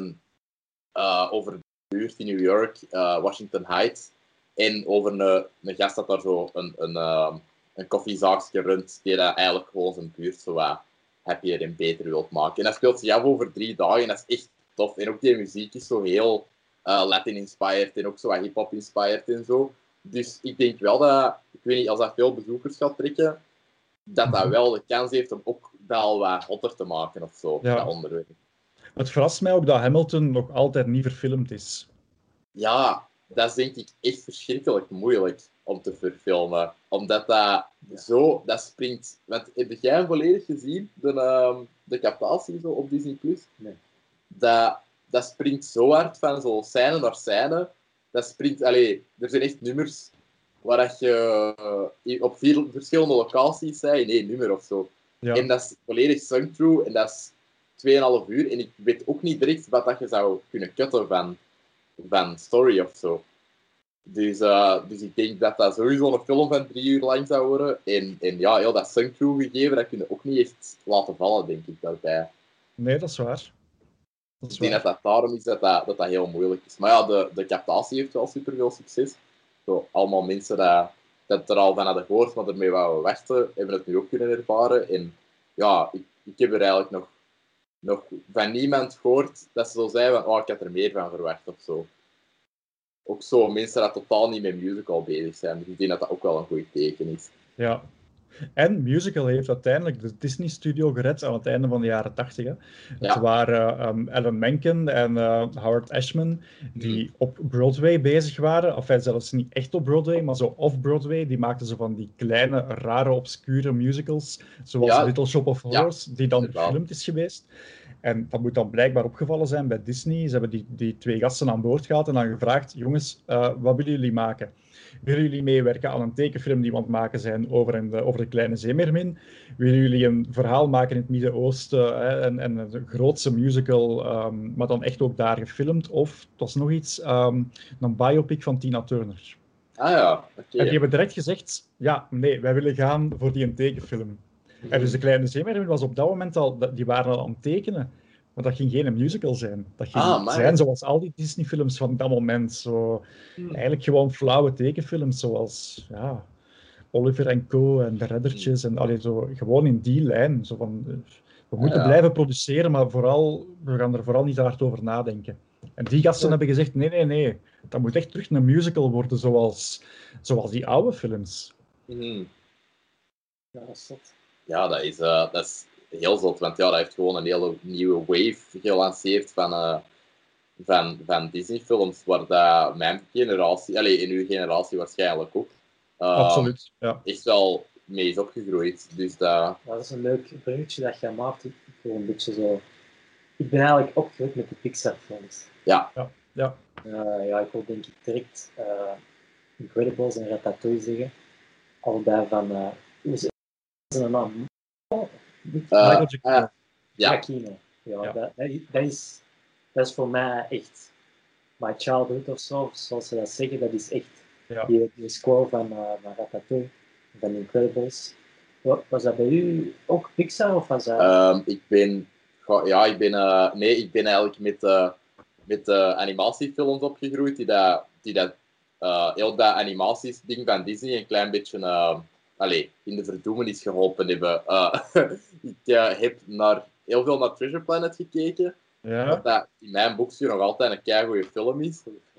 over de buurt in New York, Washington Heights, en over een gast dat daar zo een koffiezaakje runt, die dat eigenlijk gewoon zijn buurt zo happier en beter wilt maken. En dat speelt zich af over 3 dagen en dat is echt tof. En ook die muziek is zo heel Latin-inspired en ook zo hip-hop-inspired en zo. Dus ik denk wel dat, ik weet niet, als dat veel bezoekers gaat trekken, dat wel de kans heeft om ook dat al wat hotter te maken of zo, dat onderwerp. Het verrast mij ook dat Hamilton nog altijd niet verfilmd is. Ja, dat is denk ik echt verschrikkelijk moeilijk om te verfilmen. Omdat dat springt... Want heb jij hem volledig gezien, de captatie zo op Disney+. Nee. Dat springt zo hard van zo scène naar scène. Dat springt... er zijn echt nummers waar dat je op 4 verschillende locaties zei in 1 nummer of zo. Ja. En dat is volledig sung-through en dat is 2,5 uur. En ik weet ook niet direct wat dat je zou kunnen cutten van story of zo. Dus ik denk dat sowieso een film van 3 uur lang zou worden. En heel dat sung-through gegeven, dat kun je ook niet echt laten vallen, denk ik, daarbij. Nee, dat is waar. Ik denk dat daarom is dat heel moeilijk is. Maar ja, de captatie heeft wel superveel succes. Zo, allemaal mensen dat er al van hadden gehoord, maar ermee wouden wachten, hebben het nu ook kunnen ervaren. En ja, ik heb er eigenlijk nog van niemand gehoord dat ze zo zeiden van, ik had er meer van verwacht of zo. Ook zo mensen dat totaal niet met musical bezig zijn. Dus ik denk dat dat ook wel een goed teken is. Ja. En musical heeft uiteindelijk de Disney-studio gered aan het einde van de jaren 80. Hè. Ja. Het waren Alan Menken en Howard Ashman die op Broadway bezig waren. Enfin, zelfs niet echt op Broadway, maar zo off-Broadway. Die maakten zo van die kleine, rare, obscure musicals, zoals Little Shop of Horrors, die dan gefilmd is geweest. En dat moet dan blijkbaar opgevallen zijn bij Disney. Ze hebben die 2 gasten aan boord gehad en dan gevraagd, jongens, wat willen jullie maken? Willen jullie meewerken aan een tekenfilm die we aan het maken zijn over de kleine zeemeermin? Willen jullie een verhaal maken in het Midden-Oosten en een grootse musical, maar dan echt ook daar gefilmd? Of, het was nog iets, een biopic van Tina Turner. Ah ja, oké. En die hebben direct gezegd, nee, wij willen gaan voor die een tekenfilm. En dus de kleine zeemeermin was op dat moment die waren al aan het tekenen. Maar dat ging geen musical zijn. Dat ging Ah, maar... zijn zoals al die Disney-films van dat moment. Zo, eigenlijk gewoon flauwe tekenfilms, zoals ja, Oliver en Co. en De Reddertjes. En allee, zo, gewoon in die lijn. Zo van, we moeten blijven produceren, maar we gaan er vooral niet te hard over nadenken. En die gasten hebben gezegd, nee. Dat moet echt terug een musical worden, zoals die oude films. Ja, dat is zot. Ja, dat is heel zot, want ja, dat heeft gewoon een hele nieuwe wave gelanceerd van Disney-films, waar dat mijn generatie, in uw generatie waarschijnlijk ook, Absoluut, ja. echt wel mee is opgegroeid. Dus dat is een leuk bruggetje dat je maakt. Ik wil een beetje zo... Ik ben eigenlijk opgegroeid met de Pixar-films. Ja, ik wil denk ik direct Incredibles en Ratatouille zeggen. Allebei van... hoe is zijn naam? Michael Giacchino. Giacchino. Ja. Dat is voor mij echt my childhood of zo, zoals ze dat zeggen. Dat is echt die score van Ratatouille, van Incredibles. Was dat bij u ook Pixar of was dat... ik ben eigenlijk met de animatiefilms opgegroeid, die dat heel dat animatieding van Disney een klein beetje in de verdoemenis geholpen hebben. Ik heb heel veel naar Treasure Planet gekeken. Ja. Wat dat in mijn boekje nog altijd een keigoede film is.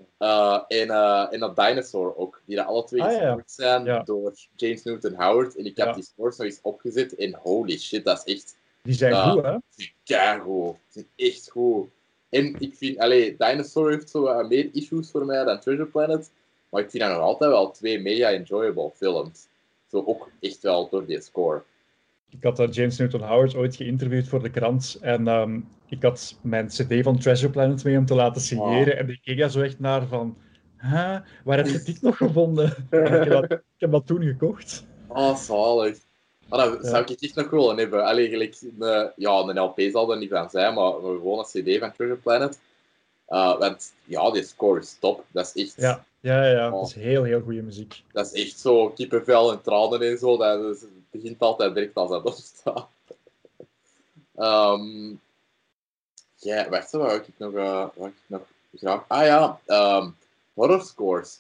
En dat Dinosaur ook, die dat alle twee gescoord zijn door James Newton Howard. En ik heb die scores nog eens opgezet en holy shit, dat is echt... Die zijn goed, hè? Die zijn keigoed. Die zijn echt goed. En ik vind, Dinosaur heeft zo meer issues voor mij dan Treasure Planet. Maar ik vind dat nog altijd wel twee mega enjoyable films. Zo ook echt wel door die score. Ik had James Newton Howard ooit geïnterviewd voor de krant. En ik had mijn cd van Treasure Planet mee om te laten signeren. En ik keek daar zo echt naar van... waar heb je dit nog gevonden? Ik heb dat toen gekocht. Oh, zalig. Dat zou ik echt nog willen hebben. Gelijk een LP zal er niet van zijn, maar gewoon een cd van Treasure Planet. Want die score is top. Dat is echt... Ja. Dat is heel, heel goede muziek. Dat is echt zo kippenvel en tranen en zo. Het begint altijd direct als dat opstaat. Wacht, wat heb ik nog graag... horror scores.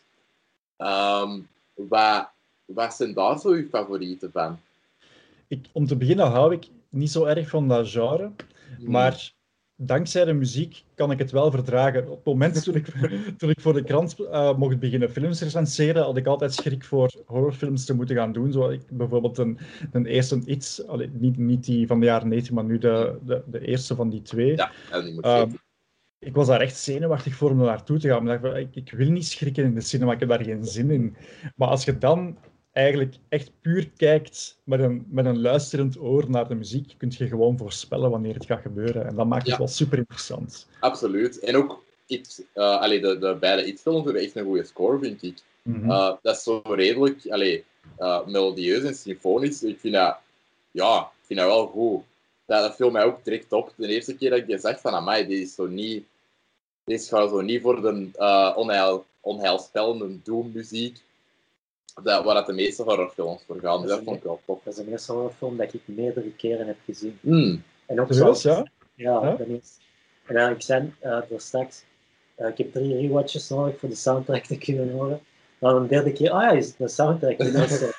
Wat zijn daar zo uw favorieten van? Om te beginnen hou ik niet zo erg van dat genre, maar dankzij de muziek kan ik het wel verdragen. Op het moment toen ik voor de krant mocht beginnen films recenseren, had ik altijd schrik voor horrorfilms te moeten gaan doen. Zoals bijvoorbeeld een eerste It, niet die van de jaren 90, maar nu de eerste van die twee. Ja, die moet ik was daar echt zenuwachtig voor om er naartoe te gaan. Maar ik wil niet schrikken in de cinema, ik heb daar geen zin in. Maar als je dan eigenlijk echt puur kijkt met een luisterend oor naar de muziek, kun je gewoon voorspellen wanneer het gaat gebeuren. En dat maakt het wel super interessant. Absoluut. En ook de beide It-films hebben echt een goede score, vind ik. Dat is zo redelijk melodieus en symfonisch. Ik vind dat wel goed. Dat viel mij ook direct op. De eerste keer dat ik je zag van, amai, dit gaat zo niet voor de onheilspellende doom-muziek. Waar de meeste horrorfilms voor gaan. Dus dat vond ik wel tof. Dat is de eerste horrorfilm dat ik meerdere keren heb gezien. En ook zelfs, ja? Ja, de eerste. En ik zei straks, ik heb 3 rewatches nodig voor de soundtrack te kunnen horen. Dan een derde keer, is de soundtrack. En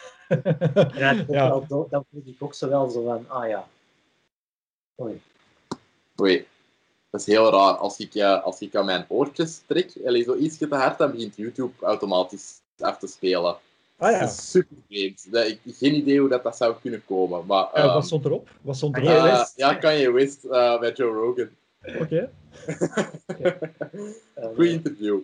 dan voel ik ook zo wel zo van, Oei. Dat is heel raar. Als ik aan mijn oortjes trek, zo iets te hard, dan begint YouTube automatisch af te spelen. Dat is super vreemd. Ik heb geen idee hoe dat zou kunnen komen. Maar, wat stond erop? Kanye West met Joe Rogan. Oké. Goeie interview.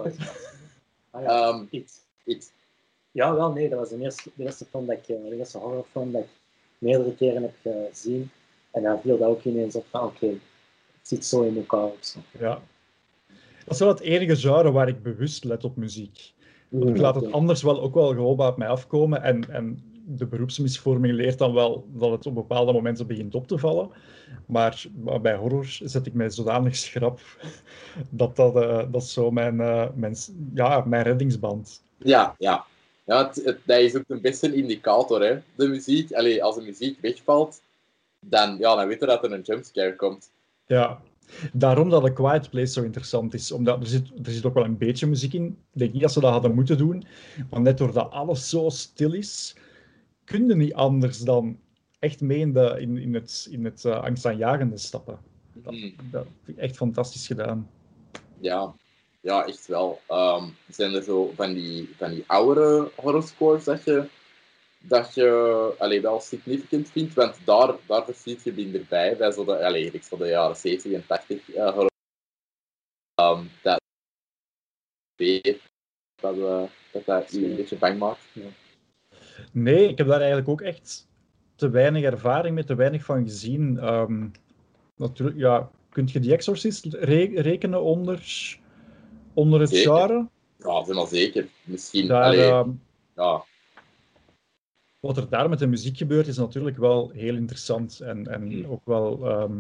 It. Ja, wel, nee, dat was de eerste film de eerste horrorfilm dat ik meerdere keren heb gezien. En dan viel dat ook ineens op van, oké, het zit zo in elkaar of zo. Ja. Dat is wel het enige genre waar ik bewust let op muziek. Ik laat het anders ook wel gewoon op mij afkomen. En de beroepsmisvorming leert dan wel dat het op bepaalde momenten begint op te vallen. Maar bij horror zet ik mij zodanig schrap dat is zo mijn reddingsband. Ja. Dat is ook een beste indicator, hè. De muziek. Als de muziek wegvalt, dan weet je dat er een jumpscare komt. Ja, daarom dat A Quiet Place zo interessant is. Omdat er zit ook wel een beetje muziek in. Ik denk niet dat ze dat hadden moeten doen. Maar net doordat alles zo stil is, kun je niet anders dan echt mee in het angstaanjagende stappen. Dat vind ik echt fantastisch gedaan. Ja, ja, echt wel. Zijn er zo van die oudere horrorscores dat je wel significant vindt? Want daar verschiet je minder bij zo de jaren 70 en 80 horror. Dat weer dat je een beetje bang maakt. Ja. Nee, ik heb daar eigenlijk ook echt te weinig ervaring mee, te weinig van gezien. Natuurlijk, ja, kun je The Exorcist rekenen onder het Zeker. genre? Ja, helemaal zeker. Misschien. Daar, ja. Wat er daar met de muziek gebeurt, is natuurlijk wel heel interessant. En ook wel...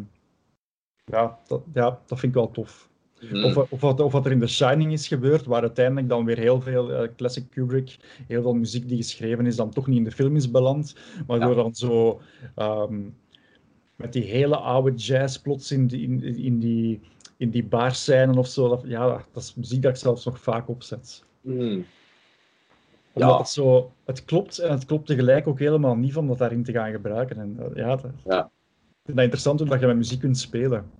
dat vind ik wel tof. Of wat er in The Shining is gebeurd, waar uiteindelijk dan weer heel veel classic Kubrick, heel veel muziek die geschreven is, dan toch niet in de film is beland. Waardoor dan zo... met die hele oude jazz plots in die baarscènes of zo. Dat is muziek dat ik zelfs nog vaak opzet. Omdat het klopt en het klopt tegelijk ook helemaal niet van dat daarin te gaan gebruiken. En ik vind dat interessant hoe dat je met muziek kunt spelen.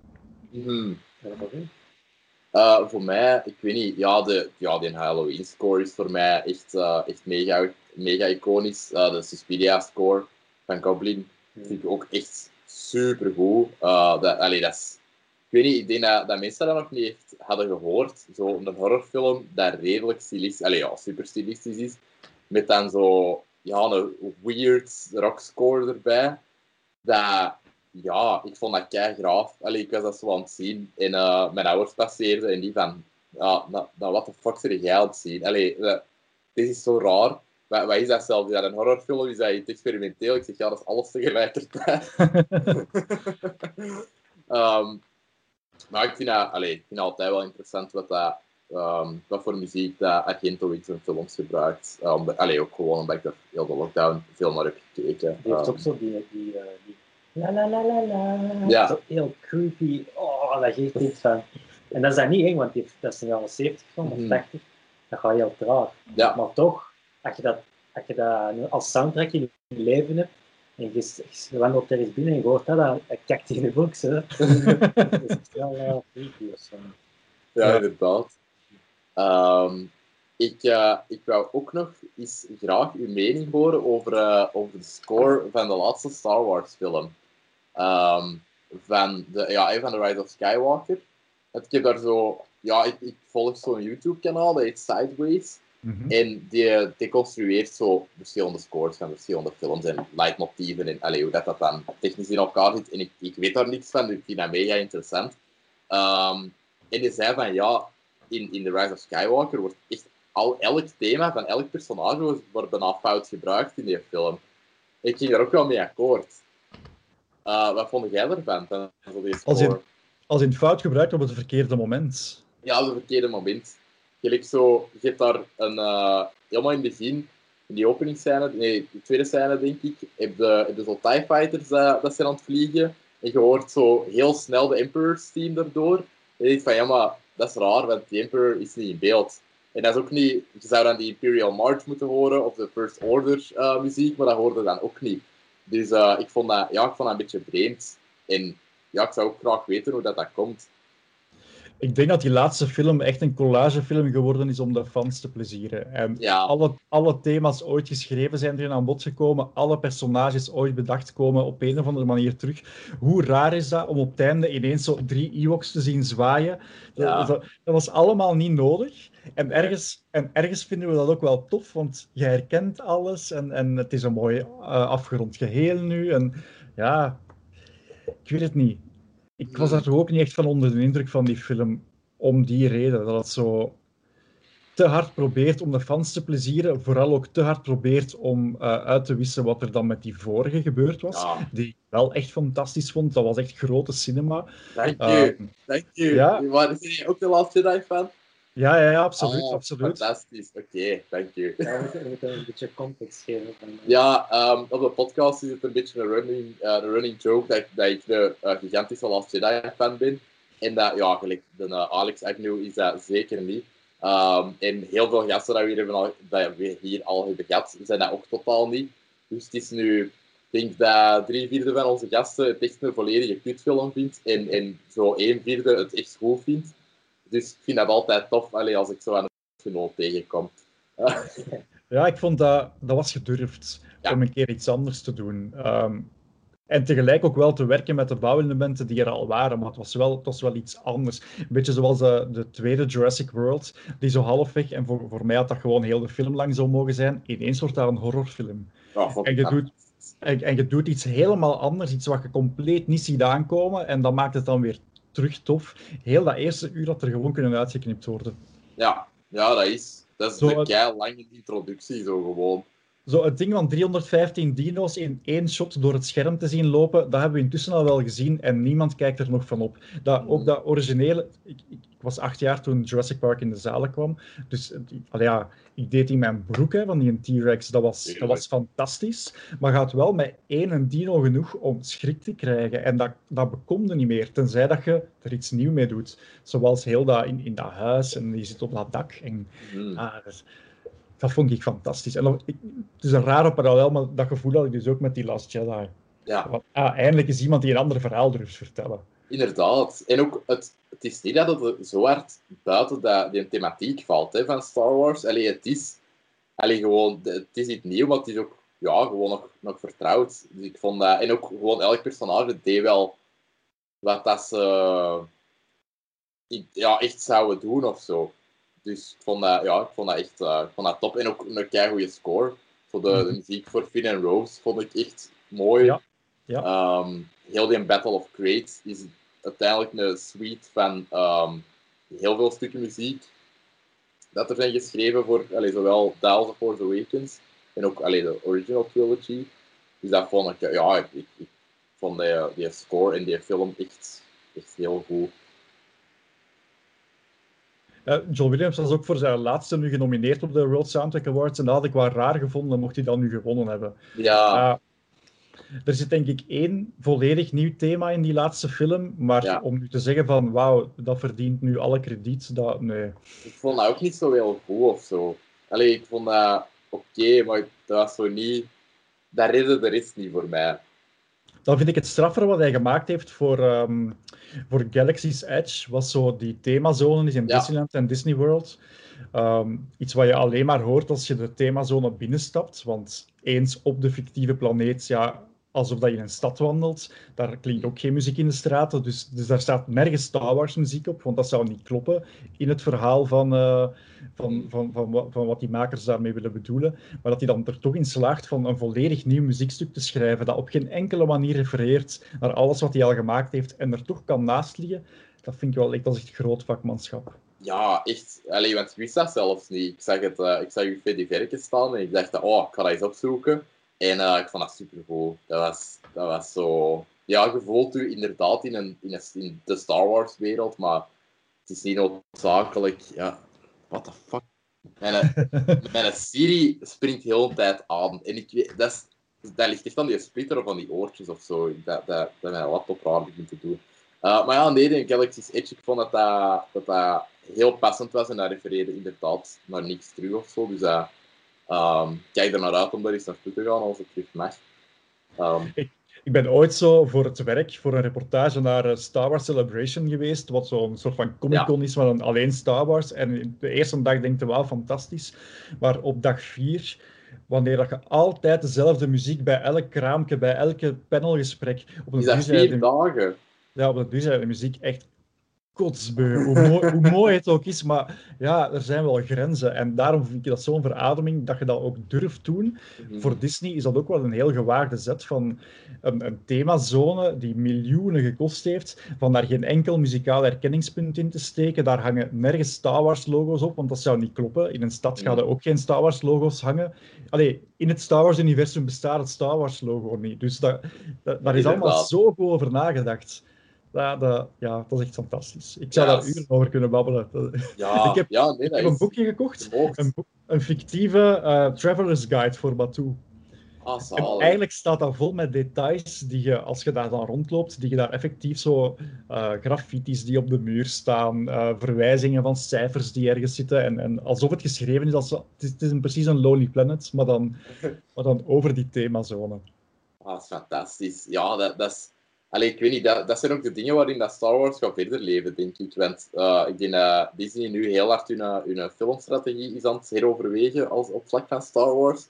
Voor mij, ik weet niet, die Halloween score is voor mij echt mega iconisch. De Suspiria score van Goblin vind ik ook echt super goed. Ik weet niet, ik denk dat mensen dat nog niet hadden gehoord. Zo'n horrorfilm dat redelijk stilistisch, super stilistisch is. Met dan een weird rockscore erbij. Ik vond dat keigraaf. Ik was dat zo aan het zien en mijn ouders passeerden en die van... wat de fuck zit jij aan het zien? Dit is zo raar. Wat is dat zelf? Is dat een horrorfilm? Is dat iets experimenteel? Ik zeg, ja, dat is alles tegelijkertijd. Maar ik vind dat altijd wel interessant wat voor muziek dat Argento in zijn films gebruikt. Ook gewoon omdat ik er heel de lockdown veel naar heb gekeken. Die heeft ook zo die la la la la la. Ja. Zo heel creepy. Oh, dat geeft iets van. En dat is dat niet eng, want dat is een jaren 70 film of 80. Dat gaat heel traag. Ja. Maar toch, als je dat als soundtrack in je leven hebt, en je wandelt ergens binnen en je hoort dat kakt in de box. Dat is wel creepy of zo. Ja, inderdaad. Ik wou ook nog eens graag uw mening horen over de score van de laatste Star Wars film. Van The Rise of Skywalker. Ik heb daar ik volg zo'n YouTube-kanaal, dat heet Sideways. En die deconstrueert zo verschillende scores van verschillende films en leidmotieven en hoe dat dan technisch in elkaar zit. En ik weet daar niks van, dus ik vind dat mega interessant. En die zei van in The Rise of Skywalker wordt echt elk thema van elk personage wordt bijna fout gebruikt in die film. Ik ging daar ook wel mee akkoord. Wat vond jij ervan? Als in fout gebruikt op het verkeerde moment. Ja, op het verkeerde moment. Je hebt daar helemaal in het begin, in die openingsscène, de tweede scène denk ik, heb je zo TIE Fighters dat zijn aan het vliegen. En je hoort zo heel snel de Emperor's theme daardoor. En je denkt van, maar dat is raar, want die Emperor is niet in beeld. En dat is ook niet... Je zou dan die Imperial March moeten horen, of de First Order muziek, maar dat hoorde dan ook niet. Dus ik vond dat een beetje vreemd. En ik zou ook graag weten hoe dat komt. Ik denk dat die laatste film echt een collagefilm geworden is om de fans te plezieren. En alle thema's ooit geschreven zijn erin aan bod gekomen. Alle personages ooit bedacht komen op een of andere manier terug. Hoe raar is dat om op het einde ineens zo 3 Ewoks te zien zwaaien? Ja. Dat was allemaal niet nodig. En ergens vinden we dat ook wel tof, want je herkent alles en het is een mooi afgerond geheel nu. En ja, ik weet het niet. Ik was daar toch ook niet echt van onder de indruk van die film, om die reden. Dat het zo te hard probeert om de fans te plezieren, vooral ook te hard probeert om uit te wissen wat er dan met die vorige gebeurd was, die ik wel echt fantastisch vond. Dat was echt grote cinema. Dank je. Ja. Maar ben je ook de Last Jedi fan? Ja, absoluut, Ah, absoluut. fantastisch. Oké, dank je. Ja, we moeten een beetje context geven. Ja, op de podcast is het een beetje een running joke dat ik een gigantische Last Jedi-fan ben. En dat, ja, gelijk de Alex Agnew is dat zeker niet. En heel veel gasten dat we hier al hebben gehad, zijn dat ook totaal niet. Dus het is nu, ik denk dat 3/4 van onze gasten het echt een volledige kutfilm vindt. En zo 1/4 het echt goed vindt. Dus ik vind dat altijd tof als ik zo aan een genoot tegenkom. Ja, ik vond dat was gedurfd Ja. om een keer iets anders te doen. En tegelijk ook wel te werken met de bouwelementen die er al waren, maar het was wel iets anders. Een beetje zoals de tweede Jurassic World, die zo halfweg, en voor mij had dat gewoon heel de film lang zo mogen zijn, ineens wordt dat een horrorfilm. En je doet iets helemaal anders, iets wat je compleet niet ziet aankomen, en dat maakt het dan weer terug tof. Heel dat eerste uur had er gewoon kunnen uitgeknipt worden. Ja, dat is een keilange introductie, zo gewoon. Zo het ding van 315 dino's in één shot door het scherm te zien lopen, dat hebben we intussen al wel gezien en niemand kijkt er nog van op. Ook dat originele... Ik was 8 jaar toen Jurassic Park in de zalen kwam, dus ik deed in mijn broek van die T-Rex, dat was fantastisch, maar gaat wel met één dino genoeg om schrik te krijgen en dat bekomde niet meer, tenzij dat je er iets nieuws mee doet. Zoals heel dat in dat huis en je zit op dat dak en... Dat vond ik fantastisch. En het is een rare parallel, maar dat gevoel had ik dus ook met die Last Jedi. Ja. Want, eindelijk is iemand die een ander verhaal durft vertellen. Inderdaad. En ook, het is niet dat het zo hard buiten die thematiek valt van Star Wars. Het is iets nieuws, maar het is ook gewoon nog vertrouwd. Dus ik vond dat... En ook gewoon elk personage deed wel wat dat ze echt zouden doen of zo. Dus ik vond dat echt top. En ook een keigoede score. De muziek voor Finn en Rose vond ik echt mooi. Ja. Heel die Battle of Crates is uiteindelijk een suite van heel veel stukken muziek dat er zijn geschreven voor zowel Dials of Force Awakens en ook de original trilogy. Dus dat vond ik, ik vond die score in die film echt heel goed. John Williams was ook voor zijn laatste nu genomineerd op de World Soundtrack Awards en dat had ik wel raar gevonden, mocht hij dan nu gewonnen hebben. Ja. Er zit denk ik 1 volledig nieuw thema in die laatste film, maar om nu te zeggen van wauw, dat verdient nu alle krediet, nee. Ik vond dat ook niet zo heel goed of zo. Ik vond dat oké, maar dat was zo niet... Dat redde de rest niet voor mij. Dan vind ik het straffer wat hij gemaakt heeft voor Galaxy's Edge, wat zo die themazone is in Disneyland en Disney World. Iets wat je alleen maar hoort als je de themazone binnenstapt, want eens op de fictieve planeet, alsof dat je in een stad wandelt, daar klinkt ook geen muziek in de straten, dus daar staat nergens Star Wars muziek op, want dat zou niet kloppen in het verhaal van wat die makers daarmee willen bedoelen, maar dat hij dan er toch in slaagt van een volledig nieuw muziekstuk te schrijven, dat op geen enkele manier refereert naar alles wat hij al gemaakt heeft en er toch kan naast liggen, dat vind ik wel echt als echt groot vakmanschap. Ja, echt. Want ik wist dat zelfs niet. Ik zag uw Freddy Verken staan en ik dacht, ik ga dat eens opzoeken. En ik vond dat supergoed. Dat was zo... Ja, je voelt u inderdaad in de Star Wars wereld, maar het is niet noodzakelijk... Ja, what the fuck? Mijn Siri springt heel de tijd aan. En ik weet... Dat ligt echt aan die splitter of aan die oortjes of zo. Dat mijn laptop raar begint te doen. Maar in Galaxy's Edge, ik vond dat heel passend was en dat refereerde inderdaad naar niks terug of zo. Dus kijk er naar uit om daar eens naartoe te gaan als het terug mag. Ik ben ooit zo voor het werk, voor een reportage naar Star Wars Celebration geweest, wat zo'n soort van Comic-Con is, maar dan alleen Star Wars. En de eerste dag denk je, wauw, fantastisch. Maar op dag 4, wanneer dat je altijd dezelfde muziek bij elk kraampje, bij elke panelgesprek... Is dat 4 dagen? Ja, op de duur zijn de muziek echt kotsbeu. Hoe mooi het ook is, maar ja, er zijn wel grenzen. En daarom vind ik dat zo'n verademing, dat je dat ook durft doen. Voor Disney is dat ook wel een heel gewaagde zet van een themazone die miljoenen gekost heeft, van daar geen enkel muzikaal herkenningspunt in te steken. Daar hangen nergens Star Wars logo's op, want dat zou niet kloppen. In een stad gaan er ook geen Star Wars logo's hangen. In het Star Wars universum bestaat het Star Wars logo niet. Dus daar is allemaal zo goed over nagedacht. Ja, dat is echt fantastisch. Ik zou Ja, daar uren over kunnen babbelen. Ja, Ik heb, ja, nee, ik dat heb een is boekje gekocht, gemoogd. een fictieve Traveler's Guide voor Batuu. Ah, En zalig. eigenlijk staat dat vol met details die je, als je daar dan rondloopt, die je daar effectief zo graffitis die op de muur staan, verwijzingen van cijfers die ergens zitten. En alsof het geschreven is, het is precies een Lonely Planet, maar dan over die themazone. Ah, dat is fantastisch. Ja, dat is... Allee, ik weet niet, dat zijn ook de dingen waarin dat Star Wars gaat verder leven, denk ik. Want ik denk dat Disney nu heel hard hun filmstrategie is aan het heroverwegen op vlak van Star Wars.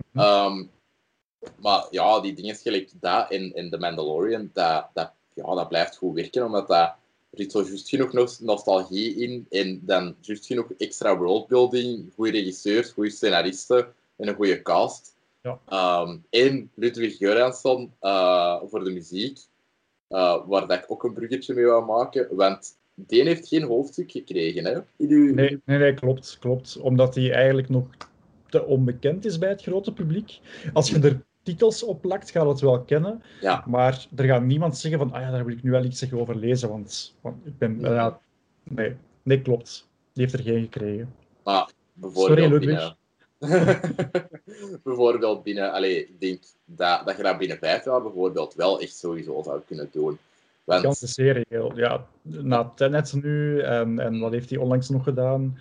Maar ja, die dingen gelijk dat en The Mandalorian, dat blijft goed werken, omdat er zit zo juist genoeg nostalgie in en dan juist genoeg extra worldbuilding, goede regisseurs, goede scenaristen en een goede cast. Ja. En Ludwig Göransson voor de muziek, waar dat ik ook een bruggetje mee wou maken, want die heeft geen hoofdstuk gekregen, hè? Nee, klopt. Omdat hij eigenlijk nog te onbekend is bij het grote publiek. Als je er titels op plakt, gaat het wel kennen. Ja. Maar er gaat niemand zeggen van, daar wil ik nu wel iets over lezen, want ik ben... nee, klopt. Die heeft er geen gekregen. Maar bijvoorbeeld Sorry, Ludwig. Bijvoorbeeld binnen... Allee, ik denk dat je dat binnen 5 jaar bijvoorbeeld wel echt sowieso zou kunnen doen. Want... De ganse serie, ja. Na Tenet nu, en wat heeft hij onlangs nog gedaan?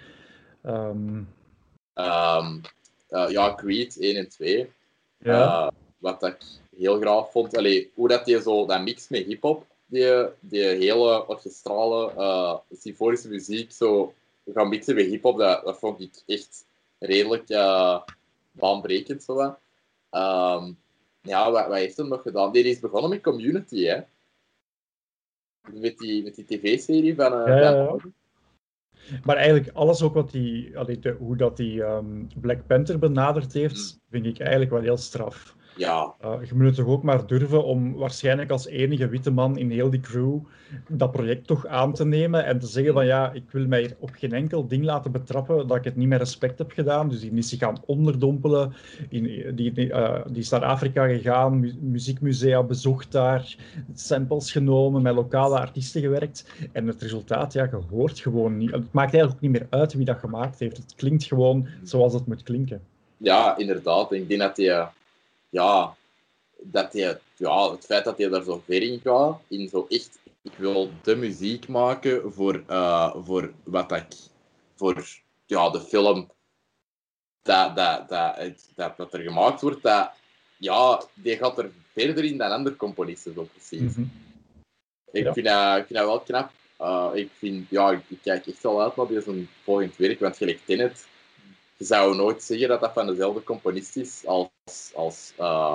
Creed 1 en 2. Ja. Wat ik heel graag vond. Allee, hoe dat je zo dat mix met hip-hop, die hele orchestrale, symfonische muziek, zo gaan mixen met hip-hop, dat vond ik echt redelijk baanbrekend. Zo. Wat heeft hij nog gedaan? Die is begonnen met Community, hè? Met die tv-serie van... Ja. Maar eigenlijk alles ook wat hoe dat die Black Panther benaderd heeft, vind ik eigenlijk wel heel straf. Ja. Je moet het toch ook maar durven om waarschijnlijk als enige witte man in heel die crew dat project toch aan te nemen en te zeggen van ja, ik wil mij hier op geen enkel ding laten betrappen dat ik het niet met respect heb gedaan. Dus die is zich gaan onderdompelen. Die is naar Afrika gegaan, muziekmusea bezocht daar, samples genomen, met lokale artiesten gewerkt. En het resultaat, ja, je hoort gewoon niet. Het maakt eigenlijk ook niet meer uit wie dat gemaakt heeft. Het klinkt gewoon zoals het moet klinken. Ja, inderdaad. Ik denk dat het feit dat hij daar zo ver in gaat, in zo echt, ik wil de muziek maken voor de film dat er gemaakt wordt, die gaat er verder in dan andere componisten, zo precies. Mm-hmm. Ik vind dat wel knap. Ik kijk echt wel uit naar zo'n volgend werk, want gelijk Tenet, je zou nooit zeggen dat van dezelfde componist is als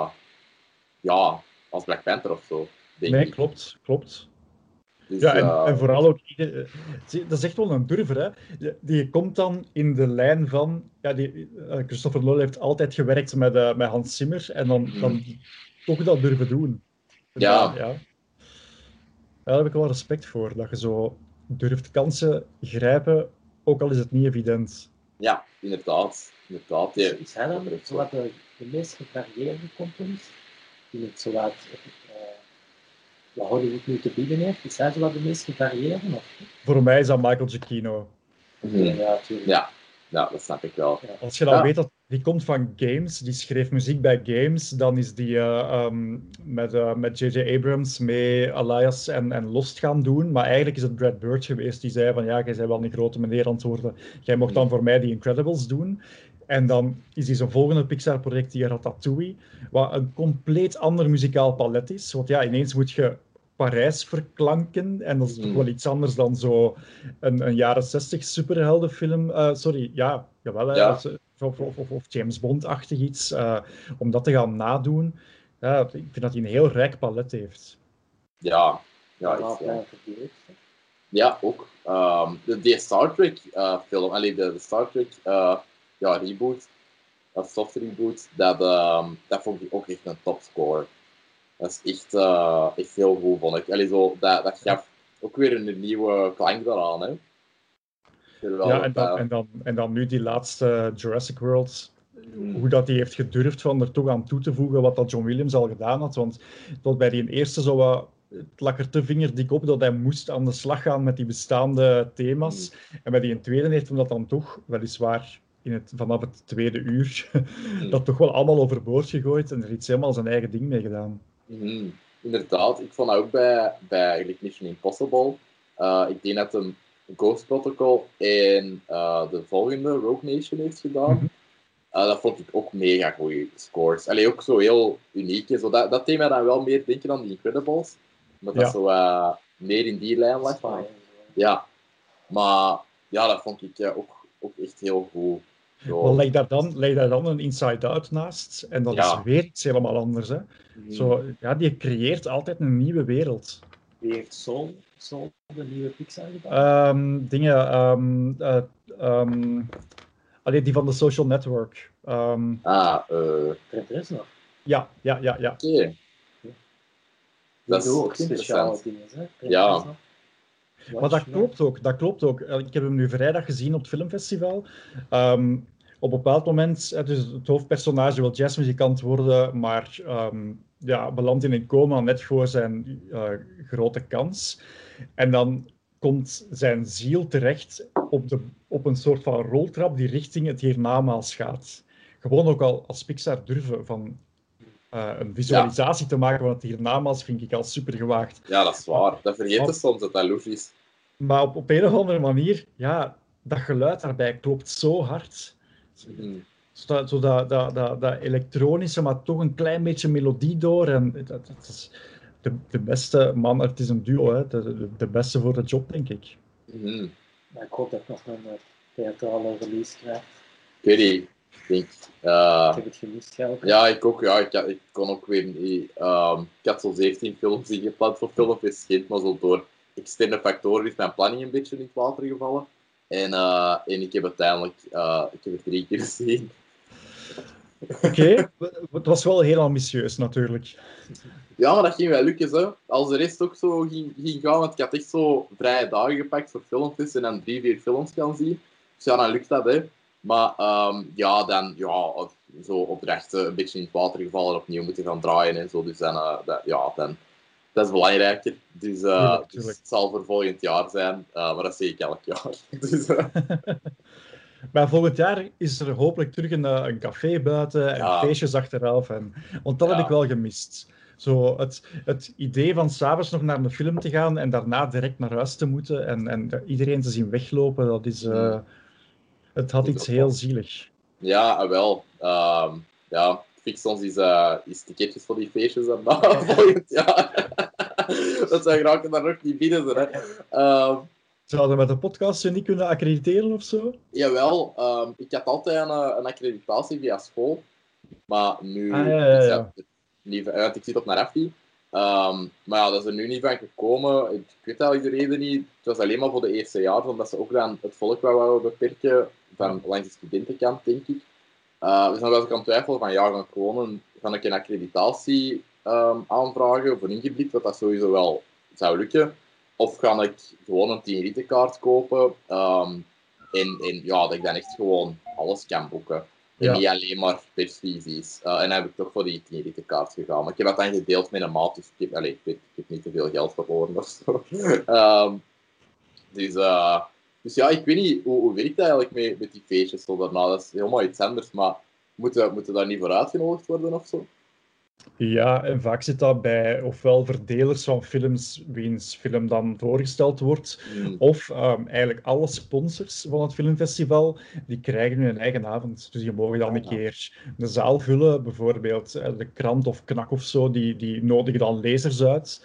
Black Panther of zo. Nee, ik. Klopt. Dus, ja, en vooral ook, dat is echt wel een durver, hè. Die komt dan in de lijn van, Christopher Nolan heeft altijd gewerkt met Hans Zimmer, en dan toch dat durven doen. Ja. Daar heb ik wel respect voor, dat je zo durft kansen grijpen, ook al is het niet evident. Ja, inderdaad. Is hij dan zowat de meest gevarieerde componist? Die het zowat wat Hollywood nu te bieden heeft? Is hij zowat de meest gevarieerde? Voor mij is dat Michael Giacchino. Ja, natuurlijk. Ja, dat snap ik wel. Ja. Als je dan weet dat die komt van games, die schreef muziek bij games, dan is die met J.J. Abrams mee Alias en Lost gaan doen. Maar eigenlijk is het Brad Bird geweest die zei van ja, jij bent wel een grote meneer aan het worden. Jij mocht dan voor mij die Incredibles doen. En dan is die zijn volgende Pixar-project, die Ratatouille, wat een compleet ander muzikaal palet is. Want ja, ineens moet je Parijs verklanken. En dat is toch wel iets anders dan zo een jaren 60 superheldenfilm. Of James Bond-achtig iets. Om dat te gaan nadoen. Ja, ik vind dat hij een heel rijk palet heeft. Ja, ook. De Star Trek film, de Star Trek reboot, of soft reboot, dat vond ik ook echt een topscore. Dat is echt heel goed, vond ik. Dat gaf ook weer een nieuwe klank daaraan. Hè. En dan nu die laatste Jurassic World, hoe dat hij heeft gedurfd van er toch aan toe te voegen wat dat John Williams al gedaan had. Want tot bij die eerste zo wat het lag er te vingerdik op dat hij moest aan de slag gaan met die bestaande thema's. En bij die tweede heeft hem dat dan toch, weliswaar vanaf het tweede uur, dat toch wel allemaal overboord gegooid en er iets helemaal zijn eigen ding mee gedaan. Inderdaad, ik vond dat ook bij Mission Impossible. Ik denk dat hem Ghost Protocol en de volgende, Rogue Nation, heeft gedaan. Dat vond ik ook mega goede scores. Allee, ook zo heel uniek. Zo dat thema dan wel meer denken aan The Incredibles. Omdat dat zo meer in die lijn lag. Ja, maar ja, dat vond ik ook echt heel goed. Wel, leg daar dan een Inside Out naast en dat is weer iets helemaal anders. Hè? Zo, die creëert altijd een nieuwe wereld. Wie heeft Soul de nieuwe Pixar gedaan? Die van de Social Network. Trent Reznor. Ja. Oké. Dat is ook speciale dingen, hè? Ja. Maar dat klopt ook. Ik heb hem nu vrijdag gezien op het filmfestival. Op een bepaald moment, dus het hoofdpersonage wil jazzmuzikant worden, maar belandt in een coma net voor zijn grote kans. En dan komt zijn ziel terecht op een soort van roltrap die richting het hiernamaals gaat. Gewoon ook al als Pixar durven van een visualisatie te maken van het hiernamaals vind ik al super gewaagd. Ja, dat is waar. Dat vergeten soms dat dat loef is. Maar op een of andere manier, dat geluid daarbij klopt zo hard. Zo dat elektronische, maar toch een klein beetje melodie door. En dat is de beste man, het is een duo, hè, de beste voor de job, denk ik. Maar ik hoop dat ik nog een theatrale release krijg. Ik weet niet. Ik heb het gemist, ook. Ja, ik ook. Ja, ik kon ook weer niet. Ik had zo'n 17 films ingepland voor Filmfest, maar zo door externe factoren is mijn planning een beetje in het water gevallen. En ik heb uiteindelijk ik heb er 3 keer gezien. Oké. Het was wel heel ambitieus natuurlijk. Ja, maar dat ging wel lukken, hè. Als de rest ook zo ging gaan, want ik had echt zo vrije dagen gepakt voor Filmfest en dan 3, 4 films gaan zien. Dus ja, dan lukt dat, hè. Maar zo opdrachten een beetje in het water gevallen, opnieuw moeten gaan draaien en zo. Dus dat is belangrijker. Dus, dus het zal voor volgend jaar zijn, maar dat zie ik elk jaar. Dus, maar volgend jaar is er hopelijk terug een café buiten en feestjes achteraf. Want dat heb ik wel gemist. Zo het idee van 's avonds nog naar een film te gaan en daarna direct naar huis te moeten en iedereen te zien weglopen, dat is... Het had iets heel zielig. Ja, wel. Ik fix soms eens ticketjes voor die feestjes en volgend jaar. Dat zijn raken daar nog niet binnen. Zouden we met de podcast je niet kunnen accrediteren of zo? Jawel. Ik had altijd een accreditatie via school. Maar nu... Want ik zit op Narafi. Maar ja, dat is er nu niet van gekomen. Ik weet eigenlijk de reden niet. Het was alleen maar voor de eerste jaar, omdat ze ook dan het volk wouden beperken van langs de studentenkant, denk ik. Dus dan was ik aan het twijfelen van, ga ik een accreditatie aanvragen voor Ingeblikt, wat dat sowieso wel zou lukken. Of ga ik gewoon een 10-rietenkaart kopen dat ik dan echt gewoon alles kan boeken. En niet alleen maar persvisies. En dan heb ik toch voor die 10-rietenkaart gegaan. Maar ik heb dat dan gedeeld met een maat, dus ik heb niet te veel geld verloren of zo. Dus ja, ik weet niet, hoe werkt dat eigenlijk met die feestjes zo daarna? Dat is helemaal iets anders, maar moeten daar niet voor uitgenodigd worden of zo? Ja, en vaak zit dat bij ofwel verdelers van films, wiens film dan voorgesteld wordt, of eigenlijk alle sponsors van het filmfestival, die krijgen nu een eigen avond. Dus die mogen dan een keer de zaal vullen, bijvoorbeeld de krant of Knak of zo, die nodigen dan lezers uit.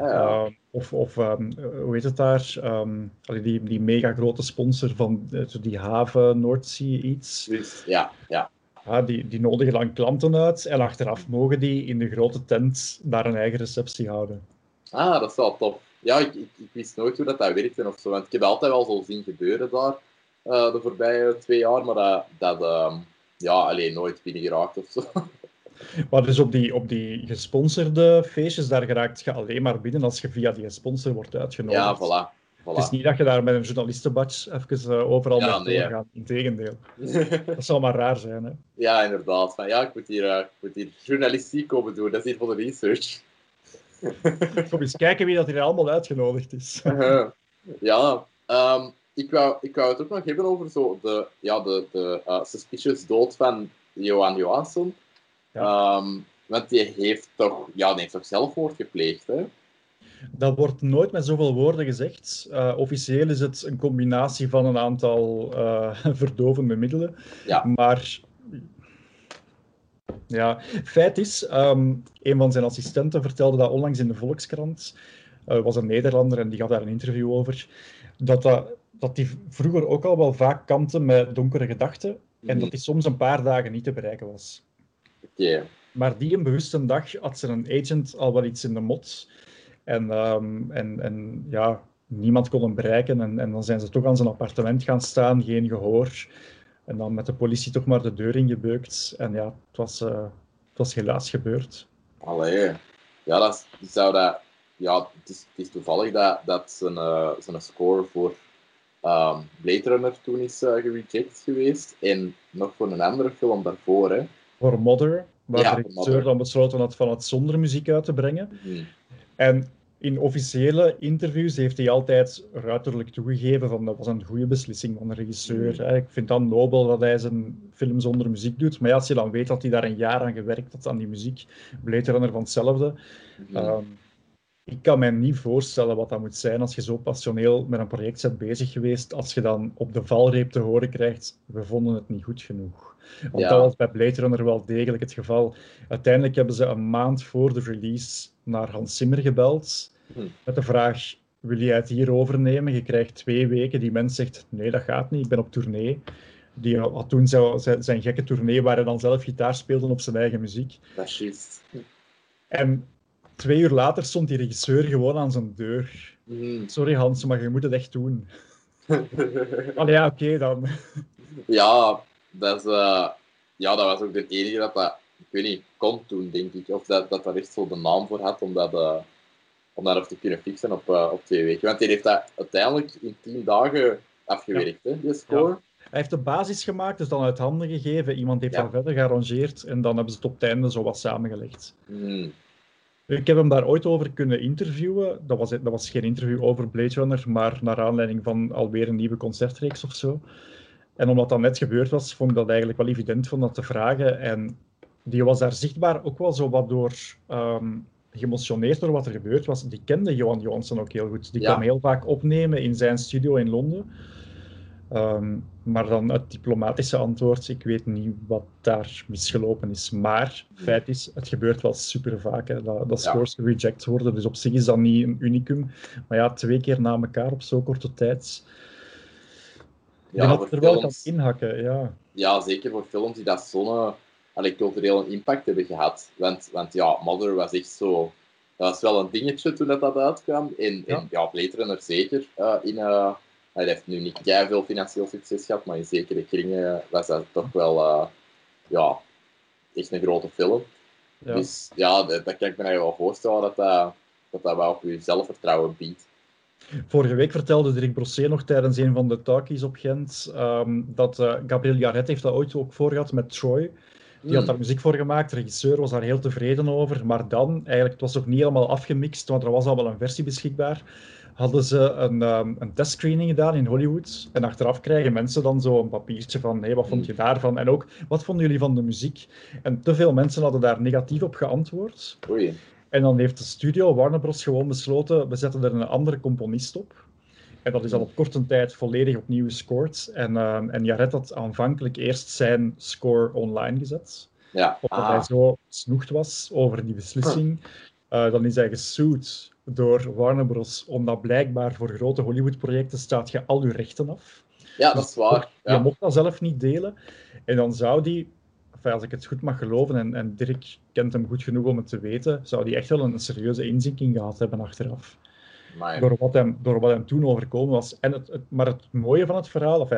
Hoe heet het daar? Die mega grote sponsor van die haven, Noordzee, iets. Ja. Die nodigen dan klanten uit en achteraf mogen die in de grote tent daar een eigen receptie houden. Ah, dat is wel tof. Ja, ik wist nooit hoe dat werkte of zo, want ik heb altijd wel zo zien gebeuren daar de voorbije 2 jaar, maar dat nooit binnengeraakt of zo. Maar dus op die gesponsorde feestjes, daar geraakt je alleen maar binnen als je via die sponsor wordt uitgenodigd. Ja, voilà. Het is niet dat je daar met een journalistenbadge even overal naartoe gaat. Integendeel. Dat zou maar raar zijn, hè? Ja, inderdaad. Ik moet hier journalistiek komen doen. Dat is hier voor de research. Kom eens kijken wie dat hier allemaal uitgenodigd is. Ja, ik wou het ook nog hebben over zo de suspicious dood van Johan Johansson. Ja. Want die heeft toch zelfmoord gepleegd, hè? Dat wordt nooit met zoveel woorden gezegd. Officieel is het een combinatie van een aantal verdovende middelen. Ja. Maar ja, feit is, een van zijn assistenten vertelde dat onlangs in de Volkskrant. Was een Nederlander en die gaf daar een interview over. Dat die vroeger ook al wel vaak kampte met donkere gedachten. En dat hij soms een paar dagen niet te bereiken was. Oké. Maar die een bewuste dag had ze een agent al wel iets in de mot. En ja, niemand kon hem bereiken. En dan zijn ze toch aan zijn appartement gaan staan, geen gehoor. En dan met de politie toch maar de deur ingebeukt. En ja, het was helaas gebeurd. Allee. Ja, het is toevallig dat zijn score voor Blade Runner toen is gereject geweest. En nog voor een andere film daarvoor, hè. Voor Mother, waar Ja, de voor regisseur Mother. dan besloten had van het zonder muziek uit te brengen. En in officiële interviews heeft hij altijd ruiterlijk toegegeven van dat was een goede beslissing van de regisseur. Ik vind het nobel dat hij zijn film zonder muziek doet. Maar ja, als je dan weet dat hij daar een jaar aan gewerkt had, aan die muziek, Blade Runner van hetzelfde. Ik kan mij niet voorstellen wat dat moet zijn als je zo passioneel met een project bent bezig geweest, als je dan op de valreep te horen krijgt, we vonden het niet goed genoeg. Want dat was bij Blade Runner wel degelijk het geval. Uiteindelijk hebben ze een maand voor de release naar Hans Zimmer gebeld met de vraag, wil jij het hier overnemen? Je krijgt 2 weken. Die mens zegt, nee, dat gaat niet, ik ben op tournee. Die had toen zijn gekke tournee waar hij dan zelf gitaar speelde op zijn eigen muziek. Dat is juist. En 2 uur later stond die regisseur gewoon aan zijn deur. Sorry Hans, maar je moet het echt doen. Allee, ja, oké dan. Ja, dat was ook de enige dat ik weet niet, kon doen, denk ik. Of dat daar echt zo de naam voor had om dat nog te kunnen fixen op 2 weken. Want hij heeft dat uiteindelijk in 10 dagen afgewerkt, hè, die score. Ja. Hij heeft de basis gemaakt, dus dan uit handen gegeven. Iemand heeft dan verder gearrangeerd en dan hebben ze het op het einde zo wat samengelegd. Ik heb hem daar ooit over kunnen interviewen. Dat was geen interview over Blade Runner, maar naar aanleiding van alweer een nieuwe concertreeks of zo. En omdat dat net gebeurd was, vond ik dat eigenlijk wel evident om dat te vragen. En die was daar zichtbaar ook wel zo wat door geëmotioneerd door wat er gebeurd was. Die kende Johan Johansson ook heel goed. Die kwam heel vaak opnemen in zijn studio in Londen. Maar dan het diplomatische antwoord, ik weet niet wat daar misgelopen is. Maar feit is, het gebeurt wel super vaak, hè, dat scores gereject worden. Dus op zich is dat niet een unicum. Maar ja, 2 keer na elkaar op zo'n korte tijd. Ja, dat er wel kan inhakken, ja. Ja, zeker voor films die dat zo'n culturele impact hebben gehad. Want ja, Mother was echt zo... Dat was wel een dingetje toen dat uitkwam. En Blade Runner zeker. Hij heeft nu niet veel financieel succes gehad, maar in zekere kringen was dat toch wel echt een grote film. Ja. Dus ja, dat kan ik me eigenlijk wel voorstellen dat wel op je zelfvertrouwen biedt. Vorige week vertelde Dirk Brossé nog tijdens een van de talkies op Gent dat Gabriel Yared heeft dat ooit ook voor gehad met Troy. Die had daar muziek voor gemaakt, de regisseur was daar heel tevreden over, maar dan, eigenlijk, het was nog niet helemaal afgemixt, want er was al wel een versie beschikbaar, hadden ze een testscreening gedaan in Hollywood. En achteraf krijgen mensen dan zo een papiertje van, hey, wat vond je daarvan? En ook, wat vonden jullie van de muziek? En te veel mensen hadden daar negatief op geantwoord. Oei. En dan heeft de studio, Warner Bros, gewoon besloten, we zetten er een andere componist op. En dat is al op korte tijd volledig opnieuw gescoord. En Yared had aanvankelijk eerst zijn score online gezet. Ja. Omdat hij zo snoegd was over die beslissing. Dan is hij gesued door Warner Bros. Omdat blijkbaar voor grote Hollywood-projecten staat je al je rechten af. Ja, dat is waar. Je mocht dat zelf niet delen. En dan zou die, als ik het goed mag geloven, en Dirk kent hem goed genoeg om het te weten, zou die echt wel een serieuze inzinking gehad hebben achteraf. Door wat hem toen overkomen was. Maar het mooie van het verhaal,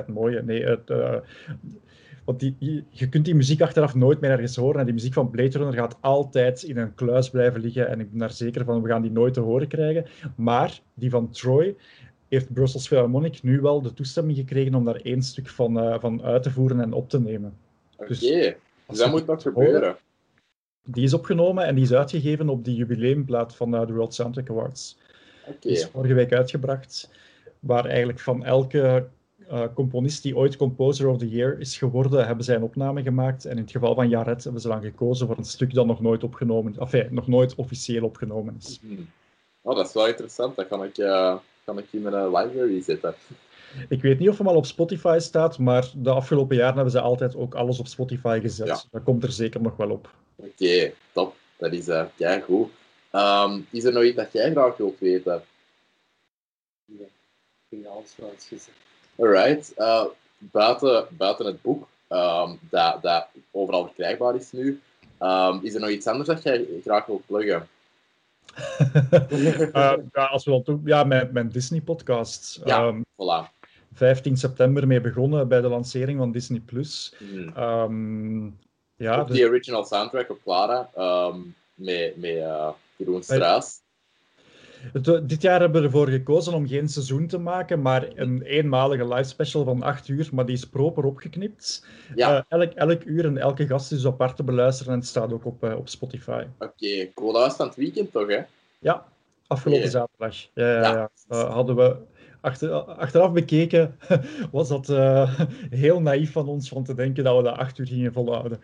want je kunt die muziek achteraf nooit meer ergens horen. En die muziek van Blade Runner gaat altijd in een kluis blijven liggen. En ik ben daar zeker van, we gaan die nooit te horen krijgen. Maar die van Troy heeft Brussels Philharmonic nu wel de toestemming gekregen om daar 1 stuk van uit te voeren en op te nemen. Oké, dus dat moet nog gebeuren. Die is opgenomen en die is uitgegeven op die jubileumplaat van de World Soundtrack Awards. Oké. Die is vorige week uitgebracht, waar eigenlijk van elke componist die ooit Composer of the Year is geworden, hebben zij een opname gemaakt. En in het geval van Jared hebben ze dan gekozen voor een stuk dat nog nooit opgenomen, nog nooit officieel opgenomen is. Oh, dat is wel interessant. Dat kan ik in mijn library zetten. Ik weet niet of hem al op Spotify staat, maar de afgelopen jaren hebben ze altijd ook alles op Spotify gezet. Ja. Dat komt er zeker nog wel op. Oké, top. Dat is keigoed. Is er nog iets dat jij graag wilt weten? Ja, ik vind alles wel eens gezegd. Alright. Buiten het boek, dat overal verkrijgbaar is nu, is er nog iets anders dat jij graag wilt pluggen? Als we dan doen, ja, mijn Disney-podcast. Ja, voilà. 15 september mee begonnen bij de lancering van Disney+. Ja, Ook die original soundtrack op Clara, met Jeroen Struis. Dit jaar hebben we ervoor gekozen om geen seizoen te maken, maar een eenmalige live special van 8 uur, maar die is proper opgeknipt. Ja. Elk uur en elke gast is apart te beluisteren en het staat ook op Spotify. Oké, cool. Dat was van het weekend toch, hè? Ja, afgelopen zaterdag. Ja. Hadden we achteraf bekeken, was dat heel naïef van ons om te denken dat we dat 8 uur gingen volhouden.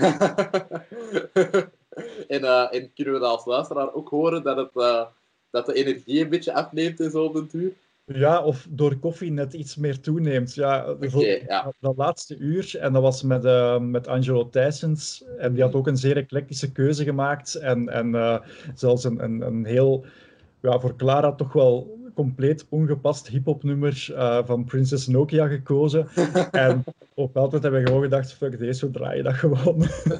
En kunnen we dat als luisteraar ook horen dat de energie een beetje afneemt in zo'n duur? Ja, of door koffie net iets meer toeneemt. Ja, dat laatste uur, en dat was met Angelo Thijssens, en die had ook een zeer eclectische keuze gemaakt. En zelfs een heel, voor Clara toch wel compleet ongepast hip-hop nummer van Princess Nokia gekozen. En op altijd hebben we gewoon gedacht: fuck deze, we draaien dat gewoon.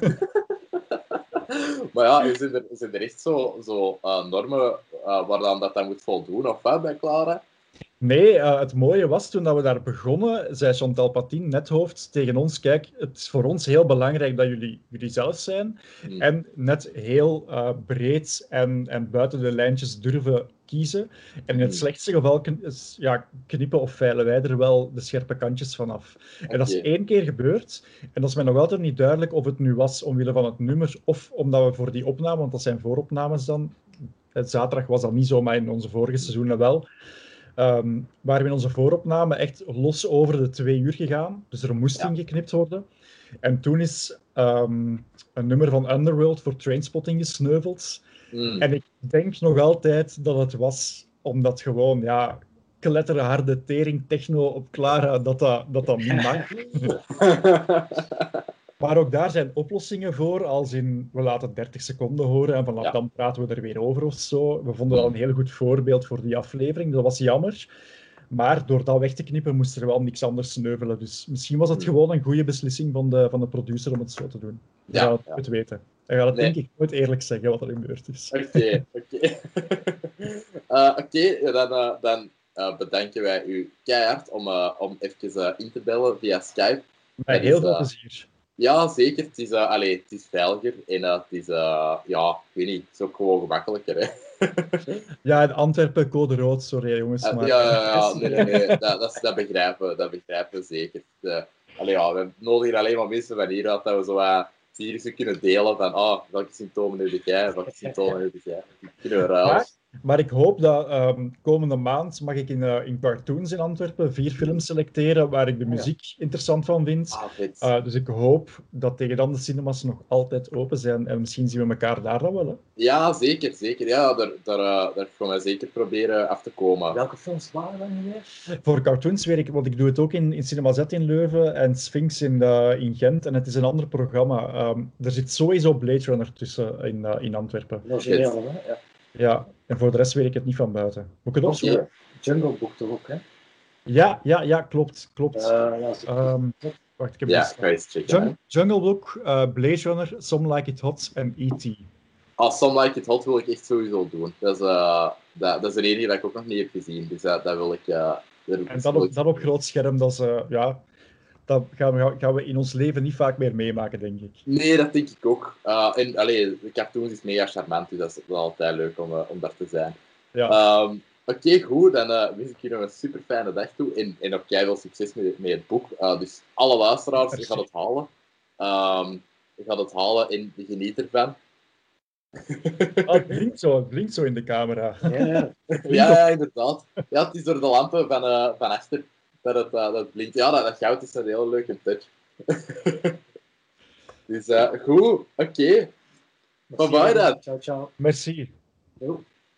Maar ja, zijn er echt zo normen waar dan dat moet voldoen, of wat, bij Clara? Nee, het mooie was toen dat we daar begonnen, zei Chantal Patin, nethoofd, tegen ons: kijk, het is voor ons heel belangrijk dat jullie zelf zijn en net heel breed en buiten de lijntjes durven kiezen. En in het slechtste geval knippen of veilen wij er wel de scherpe kantjes vanaf. En dat is 1 keer gebeurd. En dat is mij nog altijd niet duidelijk of het nu was omwille van het nummer of omdat we voor die opname, want dat zijn vooropnames dan, het zaterdag was dat niet zo, maar in onze vorige seizoenen wel, waren we in onze vooropname echt los over de 2 uur gegaan. Dus er moest ingeknipt worden. En toen is een nummer van Underworld voor Trainspotting gesneuveld. En ik denk nog altijd dat het was omdat gewoon, kletterharde tering techno op Clara, dat niet mag. Maar ook daar zijn oplossingen voor, als in, we laten 30 seconden horen en vanaf dan praten we er weer over of zo. We vonden dat een heel goed voorbeeld voor die aflevering. Dat was jammer. Maar door dat weg te knippen moest er wel niks anders sneuvelen. Dus misschien was het gewoon een goede beslissing van de producer om het zo te doen. Je gaat het nooit weten. Hij gaat het denk ik nooit eerlijk zeggen wat er gebeurd is. Oké, dan bedanken wij u keihard om even in te bellen via Skype. Met heel veel plezier. Ja, zeker. Het is veiliger en het is, ik weet niet, het is ook gewoon gemakkelijker. Hè. Ja, in Antwerpen code rood, sorry jongens. Maar... Nee, dat begrijpen we zeker. We nodigen alleen maar mensen van hieruit dat we zo virussen kunnen delen van welke symptomen heb jij, welke symptomen heb jij. Kunnen we ruilen. Maar ik hoop dat komende maand mag ik in Cartoons in Antwerpen 4 films selecteren waar ik de muziek interessant van vind. Dus ik hoop dat tegen dan de cinemas nog altijd open zijn en misschien zien we elkaar daar dan wel. Hè? Ja, zeker. Ja, daar gaan wij zeker proberen af te komen. Welke films waren dan niet meer? Voor Cartoons weet ik, want ik doe het ook in Cinema Z in Leuven en Sphinx in Gent en het is een ander programma. Er zit sowieso Blade Runner tussen in Antwerpen. Origineel, hè? Ja. Ja, en voor de rest weet ik het niet van buiten. Moet ik het opzoeken? Jungle Book toch ook, hè? Ja, klopt. Wacht, ik heb ga eens checken. Jungle Book, Blade Runner, Some Like It Hot en E.T. Some Like It Hot wil ik echt sowieso doen. Dat is de enige dat ik ook nog niet heb gezien. Dus dat wil ik... en dat op groot scherm, dat gaan we in ons leven niet vaak meer meemaken, denk ik. Nee, dat denk ik ook. De cartoons is mega charmant, dus dat is wel altijd leuk om daar te zijn. Ja. Oké, goed. Dan wens ik je nog een super fijne dag toe. En ook jij veel succes met het boek. Dus alle luisteraars, je gaat het halen. Je gaat het halen en geniet ervan. Het blinkt zo in de camera. Ja. Ja, inderdaad. Ja, het is door de lampen van achter dat het blinkt. Ja, dat goud is een heel leuke touch. Dus goed, oké. Bye bye dan. Ciao, ciao. Merci. Jo.